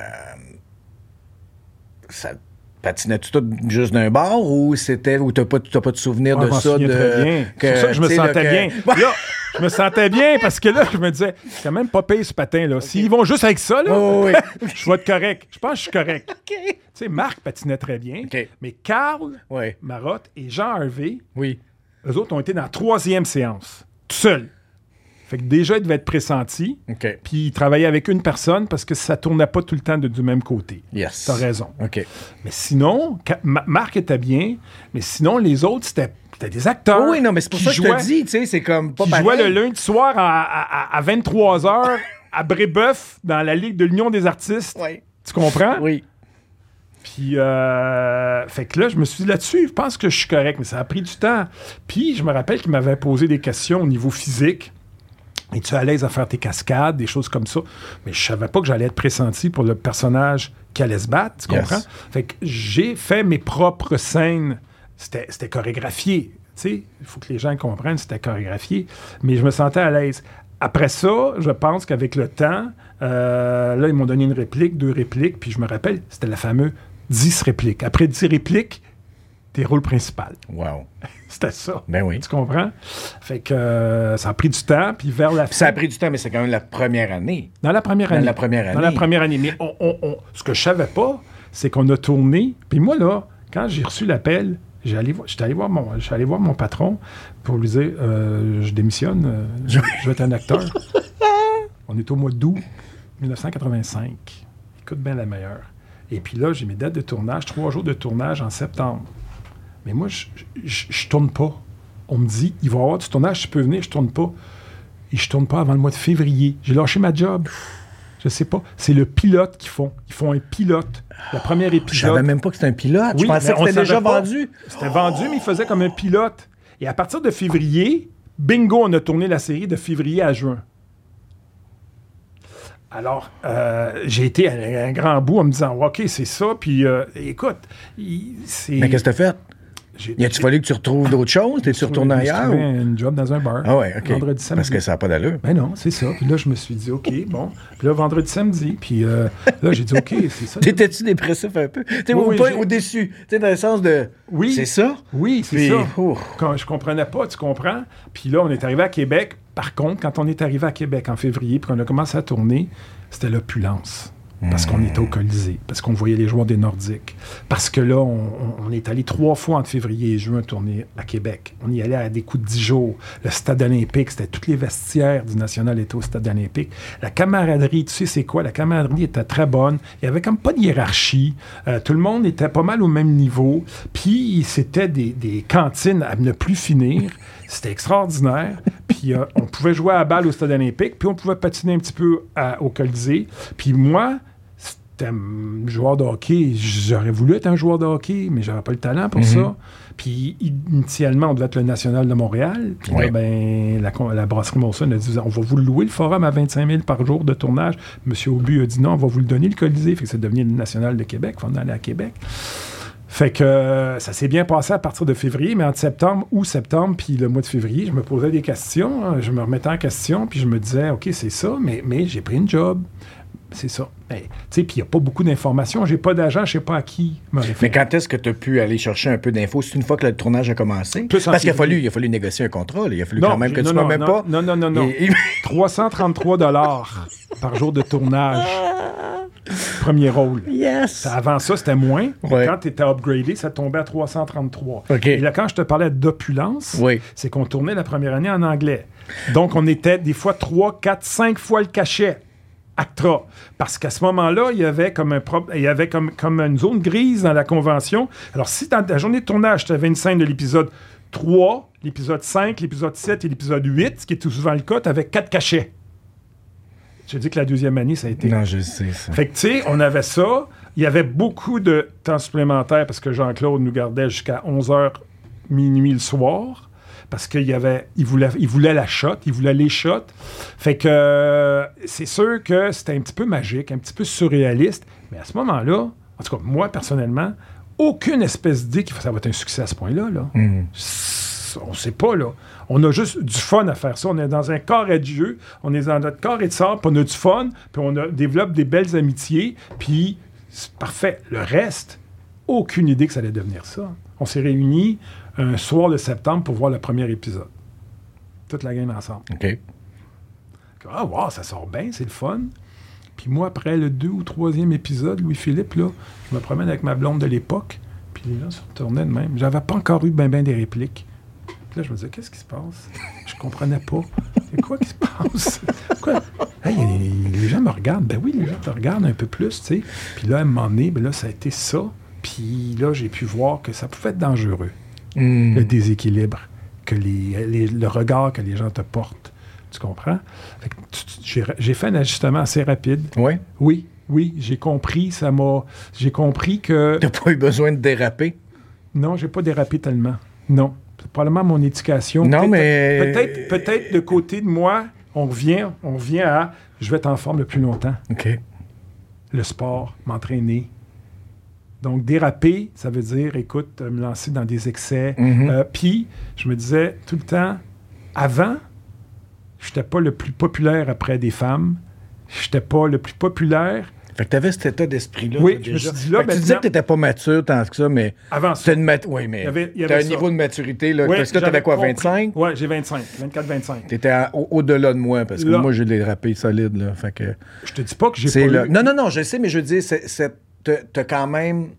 ça patinais-tu tout juste d'un bar ou c'était ou t'as pas, t'as pas de souvenir ah, de ça? De, très bien. Que, c'est pour ça que je me sentais là, bien. Que... Là, je me sentais bien parce que là, je me disais, c'est quand même pas payé ce patin-là. Okay. S'ils vont juste avec ça, là, oh, oui. je vais être correct. Je pense que je suis correct. Okay. Tu sais, Marc patinait très bien, okay. mais Carl oui. Marotte et Jean Harvey, oui. Eux autres ont été dans la troisième séance, tout seuls. Fait que déjà, ils devaient être pressentis. OK. Puis ils travaillaient avec une personne parce que ça tournait pas tout le temps de, du même côté. Yes. T'as raison. OK. Mais sinon, quand- Ma- Marc était bien, mais sinon, les autres, c'était, c'était des acteurs. Oh oui, non, mais c'est pour qui ça que je jouaient- te dis, tu sais, c'est comme pas qui pareil. jouaient le lundi soir à, à, à vingt-trois heures à Brébeuf dans la Ligue de l'Union des artistes. Oui. Tu comprends? Oui. Puis, euh, fait que là, je me suis dit là-dessus, je pense que je suis correct, mais ça a pris du temps. Puis, je me rappelle qu'il m'avait posé des questions au niveau physique. Es-tu à l'aise à faire tes cascades, des choses comme ça? Mais je savais pas que j'allais être pressenti pour le personnage qui allait se battre, tu Yes. comprends? Fait que j'ai fait mes propres scènes. C'était, c'était chorégraphié, tu sais. Il faut que les gens comprennent, c'était chorégraphié. Mais je me sentais à l'aise. Après ça, je pense qu'avec le temps, euh, là, ils m'ont donné une réplique, deux répliques, puis je me rappelle, c'était la fameuse dix répliques. Après dix répliques, tes rôles principaux. Wow. C'était ça. Ben oui. Tu comprends? Fait que euh, ça a pris du temps, puis vers la fin... Ça a pris du temps, mais c'est quand même la première année. Dans la première Dans année. la première Dans la année. première année. Mais on, on- on- ce que je savais pas, c'est qu'on a tourné. Puis moi, là, quand j'ai reçu l'appel, j'ai allé voir- j'étais allé voir mon, j'étais allé voir mon patron pour lui dire euh, je démissionne, euh, je, je vais être un acteur. On est au mois d'août dix-neuf cent quatre-vingt-cinq. Écoute bien la meilleure. Et puis là, j'ai mes dates de tournage, trois jours de tournage en septembre. Mais moi, je, je, je tourne pas. On me dit, il va y avoir du tournage, tu peux venir, je tourne pas. Et je tourne pas avant le mois de février. J'ai lâché ma job. Je sais pas. C'est le pilote qu'ils font. Ils font un pilote. Le premier Je épisode. savais même pas que c'était un pilote. je Oui, pensais mais que on c'était déjà savait pas. vendu. C'était vendu, mais il faisait comme un pilote. Et à partir de février, bingo, on a tourné la série de février à juin. Alors, euh, j'ai été à un grand bout en me disant, OK, c'est ça. Puis, euh, écoute, il- c'est... Mais qu'est-ce que t'as fait? j'ai- Y a-tu fallu que tu retrouves d'autres choses? T'es-tu retourné je me suis ailleurs? trouvé ou- un job dans un bar. Ah ouais, OK. Vendredi, samedi. Parce que ça n'a pas d'allure. Ben non, c'est ça. Puis là, je me suis dit, OK, bon. Puis là, vendredi, samedi. Puis euh, là, j'ai dit, OK, c'est ça. T'étais-tu dépressif un peu? T'sais, Oui, ou oui, pas, j'ai- ou déçu? T'sais, dans le sens de... Oui. C'est ça? Oui, c'est Puis, ça. ouf. Quand je comprenais pas, tu comprends? Puis là, on est arrivé à Québec. Par contre, quand on est arrivé à Québec en février, puis qu'on a commencé à tourner, c'était l'opulence. Parce qu'on était au Colisée, parce qu'on voyait les joueurs des Nordiques. Parce que là, on, on- on est allé trois fois entre février et juin tourner à Québec. On y allait à des coups de dix jours. Le stade olympique, c'était tous les vestiaires du National étaient au stade olympique. La camaraderie, tu sais c'est quoi? La camaraderie était très bonne. Il n'y avait comme pas de hiérarchie. Euh, tout le monde était pas mal au même niveau. Puis c'était des, des cantines à ne plus finir. C'était extraordinaire. Puis euh, on pouvait jouer à la balle au stade olympique, puis on pouvait patiner un petit peu à- au Colisée. Puis moi, c'était un joueur de hockey. J'aurais voulu être un joueur de hockey, mais j'avais pas le talent pour ça. Puis initialement, on devait être le National de Montréal. Puis là, Oui. ben, la, con- la brasserie Molson a dit, on va vous le louer, le forum, à vingt-cinq mille par jour de tournage. Monsieur Aubu a dit non, on va vous le donner, le Colisée. Fait que c'est devenu le National de Québec. Il faut en aller à Québec. Fait que euh, ça s'est bien passé à partir de février, mais entre septembre ou septembre, puis le mois de février, je me posais des questions, hein, je me remettais en question, puis je me disais, OK, c'est ça, mais, mais j'ai pris une job. C'est ça. Mais, tu sais, puis il n'y a pas beaucoup d'informations. J'ai pas d'agent, je sais pas à qui me référer. Mais quand est-ce que tu as pu aller chercher un peu d'infos? C'est une fois que le tournage a commencé? Plus en Parce qu'il a février. fallu, il a fallu négocier un contrat. là. Il a fallu Non, quand même que j'ai- tu non, sois non, même non, pas... non, non, non, non. Et- et- trois cent trente-trois dollars par jour de tournage. Premier rôle. Yes! Ça, avant ça, c'était moins. Mais Ouais. quand tu étais upgradé, ça tombait à trois cent trente-trois. OK. Et là, quand je te parlais d'opulence, Oui. c'est qu'on tournait la première année en anglais. Donc, on était des fois trois, quatre, cinq fois le cachet. ACTRA. Parce qu'à ce moment-là, il y avait comme un pro- il y avait comme, comme une zone grise dans la convention. Alors, si dans ta journée de tournage, tu avais une scène de l'épisode trois, l'épisode cinq, l'épisode sept et l'épisode huit, ce qui est tout souvent le cas, tu avais quatre cachets. J'ai dit que la deuxième année, ça a été... Non, je sais ça. Fait que, tu sais, on avait ça. Il y avait beaucoup de temps supplémentaire parce que Jean-Claude nous gardait jusqu'à onze heures minuit le soir. Parce qu'il y avait, il voulait, il voulait la shot, il voulait les shots. Fait que euh, c'est sûr que c'était un petit peu magique, un petit peu surréaliste. Mais à ce moment-là, en tout cas, moi, personnellement, aucune espèce d'idée que ça va être un succès à ce point-là. Là. Mm. On sait pas, là. On a juste du fun à faire ça. On est dans un carré de jeu, on est dans notre carré de sable, puis on a du fun, puis on a, développe des belles amitiés, puis c'est parfait. Le reste, aucune idée que ça allait devenir ça. On s'est réunis un soir de septembre pour voir le premier épisode. Toute la gang ensemble. OK. Ah, wow, ça sort bien, c'est le fun. Puis moi, après le deux ou troisième épisode, Louis-Philippe, là, je me promène avec ma blonde de l'époque, puis les gens se retournaient de même. J'avais pas encore eu ben ben des répliques. Puis là, je me disais, qu'est-ce qui se passe? Je comprenais pas. C'est quoi qui se passe? Quoi? Hey, les gens me regardent. Ben oui, les gens te regardent un peu plus, tu sais. Puis là, à un moment donné, ben là, ça a été ça. Puis là, j'ai pu voir que ça pouvait être dangereux, Mm. le déséquilibre, que les, les- le regard que les gens te portent. Tu comprends? Fait que tu- tu- j'ai, j'ai fait un ajustement assez rapide. Oui. Oui, oui, j'ai compris, ça m'a... J'ai compris que... T'as pas eu besoin de déraper. Non, j'ai pas dérapé tellement. Non. C'est probablement mon éducation. Non, Peut-être- mais- Peut-être, peut-être de côté de moi, on revient, on revient à je vais être en forme le plus longtemps. OK. Le sport, m'entraîner. Donc, déraper, ça veut dire, écoute, euh, me lancer dans des excès. Mhm. Euh, Puis, je me disais tout le temps, avant, je n'étais pas le plus populaire après des femmes. Je n'étais pas le plus populaire. Fait que t'avais cet état d'esprit-là. Oui, là, je me déjà. suis dit là, Fait que tu disais que maintenant- t'étais pas mature tant que ça, mais Avant ça. t'as une mat- oui, mais Il y avait- il y t'as avait un ça. niveau de maturité, là. Ouais, parce que là, t'avais j'avais quoi, compris. vingt-cinq? Ouais, j'ai vingt-cinq, vingt-quatre, vingt-cinq. T'étais à- au- au-delà de moi, parce que Là- moi, j'ai dérapé solide, là. Fait que... Je te dis pas que j'ai C'est pas là. eu... Non, non, non, je sais, mais je veux dire, c'est, c'est- t'as, t'as quand même...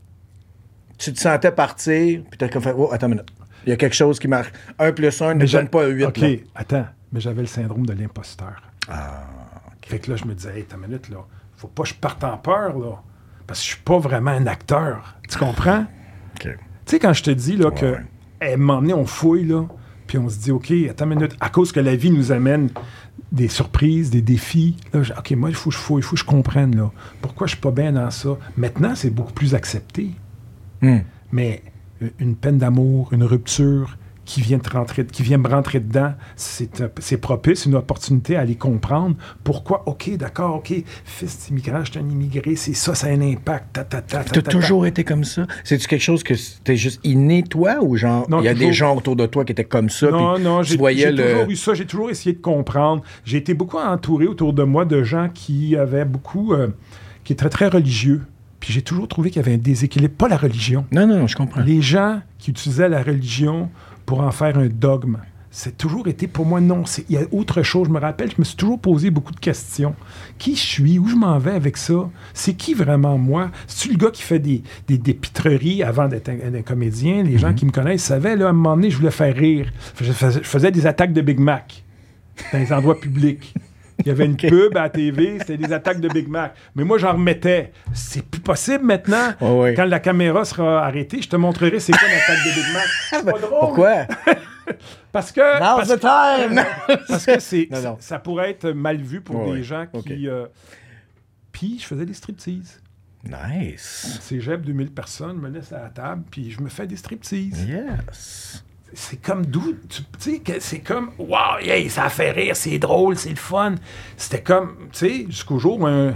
Tu te sentais partir, puis t'as comme fait... Oh, attends une minute. Il y a quelque chose qui marche. Un plus un ne j'ai- donne pas huit. OK, là. attends. Mais j'avais le syndrome de l'imposteur. Ah, Fait que là, je me disais, hey, t'as une minute, là. Faut pas que je parte en peur, là. Parce que je suis pas vraiment un acteur. Tu comprends? OK. Tu sais, quand je te dis, là, Ouais, que, ouais. à un moment donné, on fouille, là, puis on se dit, OK, attends une minute, à cause que la vie nous amène des surprises, des défis, là, je- OK, moi, il faut que je fouille, il faut que je comprenne, là. Pourquoi je suis pas bien dans ça? Maintenant, c'est beaucoup plus accepté. Hmm. Mais euh, une peine d'amour, une rupture qui vient, te rentrer, qui vient me rentrer dedans, c'est, euh, c'est propice, une opportunité à aller comprendre pourquoi, OK, d'accord, OK, fils d'immigrant, je suis un immigré, c'est ça, ça a un impact, ta, ta, ta, ta, T'as ta, toujours été comme ça? C'est-tu quelque chose que t'es juste inné, toi, ou genre, Non, il y a toujours. des gens autour de toi qui étaient comme ça, Non, puis non, tu j'ai, voyais j'ai le... toujours eu ça. J'ai toujours essayé de comprendre. J'ai été beaucoup entouré autour de moi de gens qui avaient beaucoup... euh, qui étaient très religieux. Puis j'ai toujours trouvé qu'il y avait un déséquilibre. Pas la religion. Non, non, non, je comprends. Les gens qui utilisaient la religion pour en faire un dogme, c'est toujours été pour moi, non, c'est- il y a autre chose. Je me rappelle, je me suis toujours posé beaucoup de questions. Qui je suis? Où je m'en vais avec ça? C'est qui vraiment moi? C'est-tu le gars qui fait des, des, des pitreries avant d'être un, un comédien? Les gens qui me connaissent savaient, là, à un moment donné, je voulais faire rire. Je faisais, je faisais des attaques de Big Mac dans les endroits publics. Il y avait une pub à la T V, c'était des attaques de Big Mac. Mais moi, j'en remettais. C'est plus possible maintenant. Ouais, ouais. Quand la caméra sera arrêtée, je te montrerai c'est quoi l'attaque de Big Mac. C'est pas drôle. Pourquoi? Parce que... Now's parce, the time! parce que c'est, Non, non. ça pourrait être mal vu pour Ouais, des ouais. gens qui... OK. euh, Puis, je faisais des striptease. Nice. Cégep, deux mille personnes, me laissent à la table, puis je me fais des striptease. Yes. C'est comme d'où... Tu tu sais, que c'est comme... Wow, hey, ça a fait rire, c'est drôle, c'est le fun. C'était comme, tu sais, jusqu'au jour où un...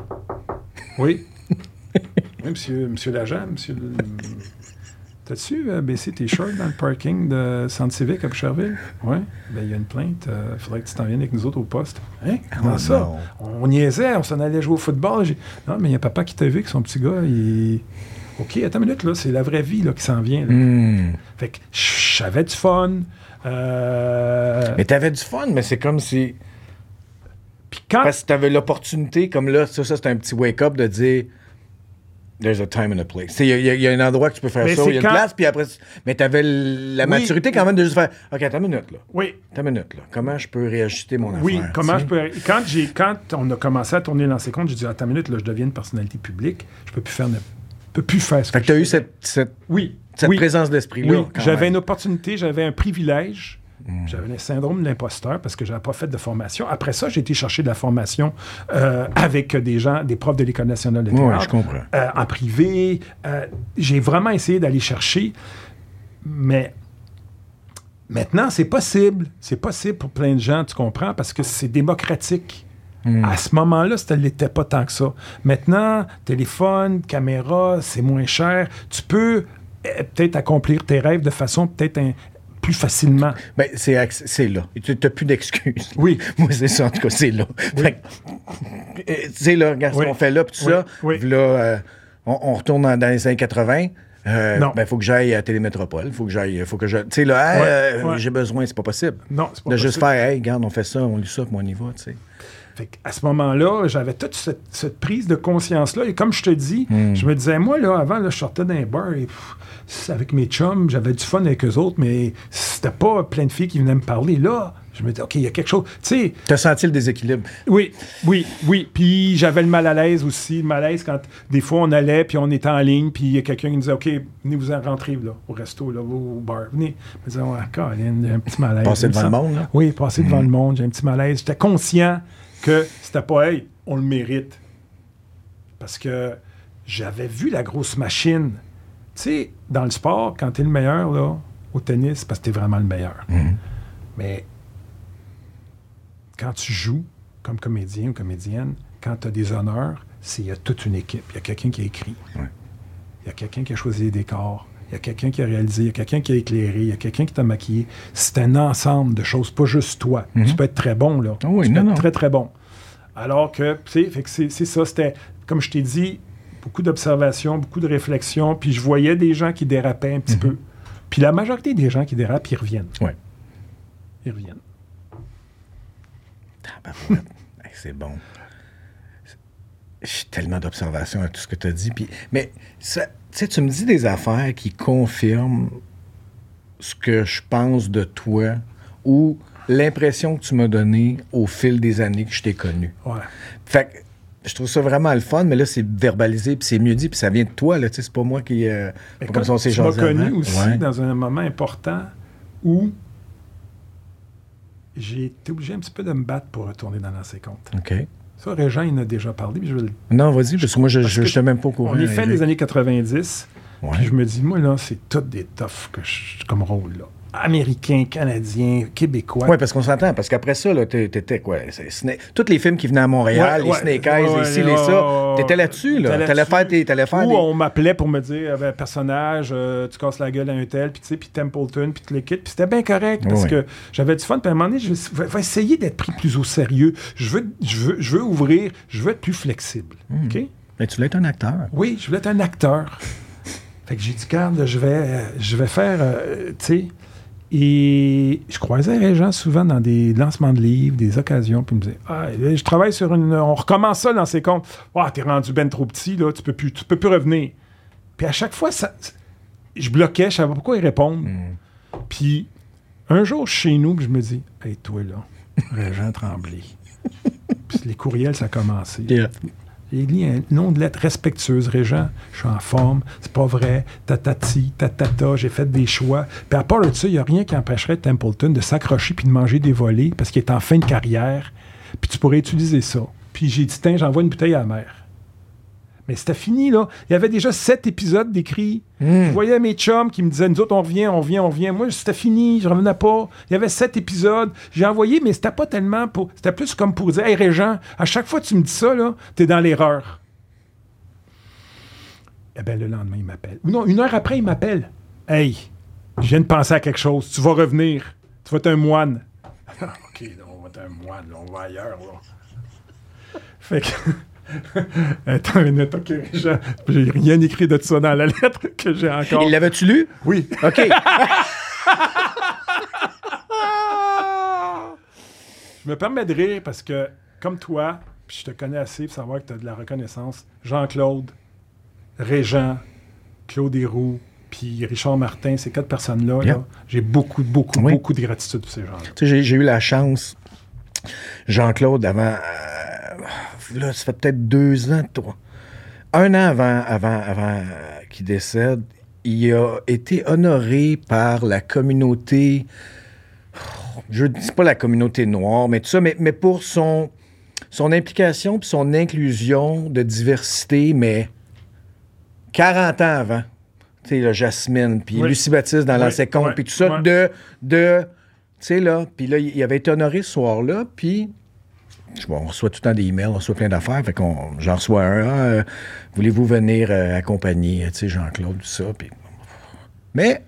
Oui. Oui, monsieur, monsieur l'agent, monsieur... le- T'as-tu euh, baissé tes shorts dans le parking de Centre civique à Boucherville? Oui. Ben, il y a une plainte. Il faudrait que tu t'en viennes avec nous autres au poste. Hein? Comment Oh, ça? non. On, on niaisait, on s'en allait jouer au football. J'ai- Non, mais il y a papa qui t'a vu avec son petit gars. Il... OK, attends une minute, là. C'est la vraie vie là, qui s'en vient. Là. Hmm. Fait que j'avais du fun. Euh... Mais t'avais du fun, mais c'est comme si... Puis quand... Parce que t'avais l'opportunité, comme là, ça, ça c'est un petit wake-up de dire... There's a time and a place. Il y, a- y a un endroit que tu peux faire Mais ça, c'est il y a une quand- place, puis après... Mais t'avais l- la Oui. maturité quand même de juste faire... OK, attends une minute, là. Oui, Attends une minute, là. Comment je peux réajuster mon affaire? oui, comment tu je sais? peux... Quand, j'ai, quand on a commencé à tourner Lancer compte, j'ai dit, attends une minute, là, je deviens une personnalité publique. Je peux plus faire... ne- peux plus faire ce Fait que que t'as je eu fais. cette, cette, Oui. cette oui. présence d'esprit-là. Oui, quand j'avais même. une opportunité, j'avais un privilège. J'avais le syndrome de l'imposteur parce que je n'avais pas fait de formation. Après ça, j'ai été chercher de la formation euh, avec des gens, des profs de l'École nationale de Oui, théâtre. je comprends. euh, en privé. Euh, j'ai vraiment essayé d'aller chercher, mais maintenant, c'est possible. C'est possible pour plein de gens, tu comprends, parce que c'est démocratique. À ce moment-là, ça ne l'était pas tant que ça. Maintenant, téléphone, caméra, c'est moins cher. Tu peux euh, peut-être accomplir tes rêves de façon peut-être un- plus facilement. Ben, c'est, acc- c'est là. Tu n'as plus d'excuses. Oui. Moi, c'est ça, en tout cas, c'est là. Fait que, euh, tu sais, là, regarde Oui. ce qu'on fait là, puis tout Oui. ça. Oui. Puis là, euh, on, on retourne dans, dans les années quatre-vingts. Euh, Non. ben, faut que j'aille à Télémétropole. Faut que j'aille. Faut que je. Tu sais, là, hey, Ouais. euh, Ouais. j'ai besoin, c'est pas possible. Non, c'est pas De juste possible. faire, hey, regarde, on fait ça, on lit ça, puis on y va, tu sais. Fait qu'à ce moment-là, j'avais toute cette, cette prise de conscience-là. Et comme je te dis, Mm. je me disais, moi, là, avant, là, je sortais d'un bar et pff, avec mes chums, j'avais du fun avec eux autres, mais c'était pas plein de filles qui venaient me parler. Là, je me disais, OK, il y a quelque chose. Tu sais. T'as senti le déséquilibre? Oui, oui, oui. Puis j'avais le mal à l'aise aussi. Le malaise quand des fois on allait, puis on était en ligne, puis il y a quelqu'un qui nous disait, OK, venez vous en rentrer là, au resto, là, au bar. Venez. Je me disais, ouais, Colin, j'ai un petit malaise. Passer devant Il le me monde, semble- là? Oui, passer devant le monde, j'ai un petit malaise. J'étais conscient que c'était pas, hey, on le mérite. Parce que j'avais vu la grosse machine. Tu sais, dans le sport, quand t'es le meilleur, là, au tennis, c'est parce que t'es vraiment le meilleur. Mhm. Mais quand tu joues comme comédien ou comédienne, quand tu as des honneurs, c'est il y a toute une équipe. Il y a quelqu'un qui a écrit. Ouais. Il y a quelqu'un qui a choisi les décors. Il y a quelqu'un qui a réalisé. Il y a quelqu'un qui a éclairé. Il y a quelqu'un qui t'a maquillé. C'est un ensemble de choses, pas juste toi. Mhm. Tu peux être très bon, là. Oh oui, tu peux non, être non. très, très bon. Alors que, tu sais, fait que c'est, c'est ça. C'était, comme je t'ai dit, beaucoup d'observations, beaucoup de réflexions. Puis je voyais des gens qui dérapaient un petit Mhm. peu. Puis la majorité des gens qui dérapent, ils reviennent. Ouais. Ils reviennent. Tabarouette. Hey, c'est bon. J'ai tellement d'observations à tout ce que tu as dit. Puis, mais ça, tu sais, tu me dis des affaires qui confirment ce que je pense de toi ou l'impression que tu m'as donnée au fil des années que je t'ai connu. Ouais. Fait que je trouve ça vraiment le fun, mais là, c'est verbalisé, puis c'est mieux dit, puis ça vient de toi, là, tu sais, c'est pas moi qui... Euh, Mais pas comme comme ça, on s'est tu m'as jasé connu avant. aussi Ouais. dans un moment important où j'ai été obligé un petit peu de me battre pour retourner dans l'ancien compte. OK. Ça, Régent, il en a déjà parlé. Puis je vais le- Non, vas-y, parce que moi, je Parce que n'étais même pas au courant. On est fin Eric. des années quatre-vingt-dix. Ouais. Puis je me dis, moi, là, c'est tout des toughs que je, comme rôle, là. Américain, Canadien, Québécois. Oui, parce qu'on s'entend, parce qu'après ça, là, t'é- t'étais quoi? C'est Sna- Tous les films qui venaient à Montréal, Ouais, les ouais, Snake Eyes, ouais, les ci, ouais, les ça, ouais, t'étais là-dessus, là. t'étais T'allais là-dessus. faire tes... T'allais faire Ou des... on m'appelait pour me dire, euh, ben, personnage, euh, tu casses la gueule à un tel, puis tu sais, puis Templeton, puis tout le kit. Puis c'était bien correct, parce Ouais. que j'avais du fun. Puis à un moment donné, je vais, vais essayer d'être pris plus au sérieux. Je veux, je veux, je veux ouvrir, je veux être plus flexible. OK? Mais tu voulais être un acteur. Oui, je voulais être un acteur. Fait que j'ai dit, garde, je vais, euh, je vais faire, euh, tu sais. Et je croisais les gens souvent dans des lancements de livres, des occasions, puis ils me disaient, ah, là, je travaille sur une. On recommence ça dans ces comptes. Ah, t'es rendu ben trop petit, là, tu peux plus, tu peux plus revenir. Puis à chaque fois, ça, je bloquais, je savais pas pourquoi ils répondent. Puis un jour, chez nous, puis je me dis, hey, toi, là, Régent Tremblay. Puis les courriels, ça a commencé. Yeah. J'ai mis un nom de lettre respectueuse, Régent. Je suis en forme, c'est pas vrai. Tatati, tatata, j'ai fait des choix. Puis à part de ça, il n'y a rien qui empêcherait Templeton de s'accrocher puis de manger des volets parce qu'il est en fin de carrière. Puis tu pourrais utiliser ça. Puis j'ai dit, tiens, j'envoie une bouteille à la mer. Mais c'était fini, là. Il y avait déjà sept épisodes d'écrits. Mm. Je voyais mes chums qui me disaient, nous autres, on revient, on revient, on revient. Moi, c'était fini, je revenais pas. Il y avait sept épisodes. J'ai envoyé, mais c'était pas tellement pour... C'était plus comme pour dire, hey, Régent, à chaque fois que tu me dis ça, là, t'es dans l'erreur. Eh bien, le lendemain, il m'appelle. Ou non, une heure après, il m'appelle. Hey, je viens de penser à quelque chose. Tu vas revenir. Tu vas être un moine. OK, là, on va être un moine, là, on va ailleurs, là. Fait que... Attends une minute, OK, Régent. J'ai rien écrit de ça dans la lettre que j'ai encore. Il l'avait-tu lu? Oui. OK. Je me permets de rire parce que, comme toi, puis je te connais assez pour savoir que tu as de la reconnaissance, Jean-Claude, Régent, Claude Héroux, puis Richard Martin, ces quatre personnes-là, Yeah. là, j'ai beaucoup, beaucoup, Oui. beaucoup de gratitude pour ces gens-là. Tu sais, j'ai, j'ai eu la chance, Jean-Claude, avant, euh, là, ça fait peut-être deux ans, toi. Un an avant, avant, avant euh, qu'il décède, il a été honoré par la communauté, je ne dis pas la communauté noire, mais tout ça, mais, mais pour son, son implication puis son inclusion de diversité, mais quarante ans avant. Tu sais, là, Jasmine, puis Oui. Lucie Baptiste dans Oui, l'ancien compte, oui, puis tout ça, oui. de... de tu sais, là, puis là, il avait été honoré ce soir-là, puis... Bon, on reçoit tout le temps des emails, on reçoit plein d'affaires, fait qu'on... J'en reçois un, ah, euh, voulez-vous venir euh, accompagner, tu sais, Jean-Claude, tout ça, puis... Mais...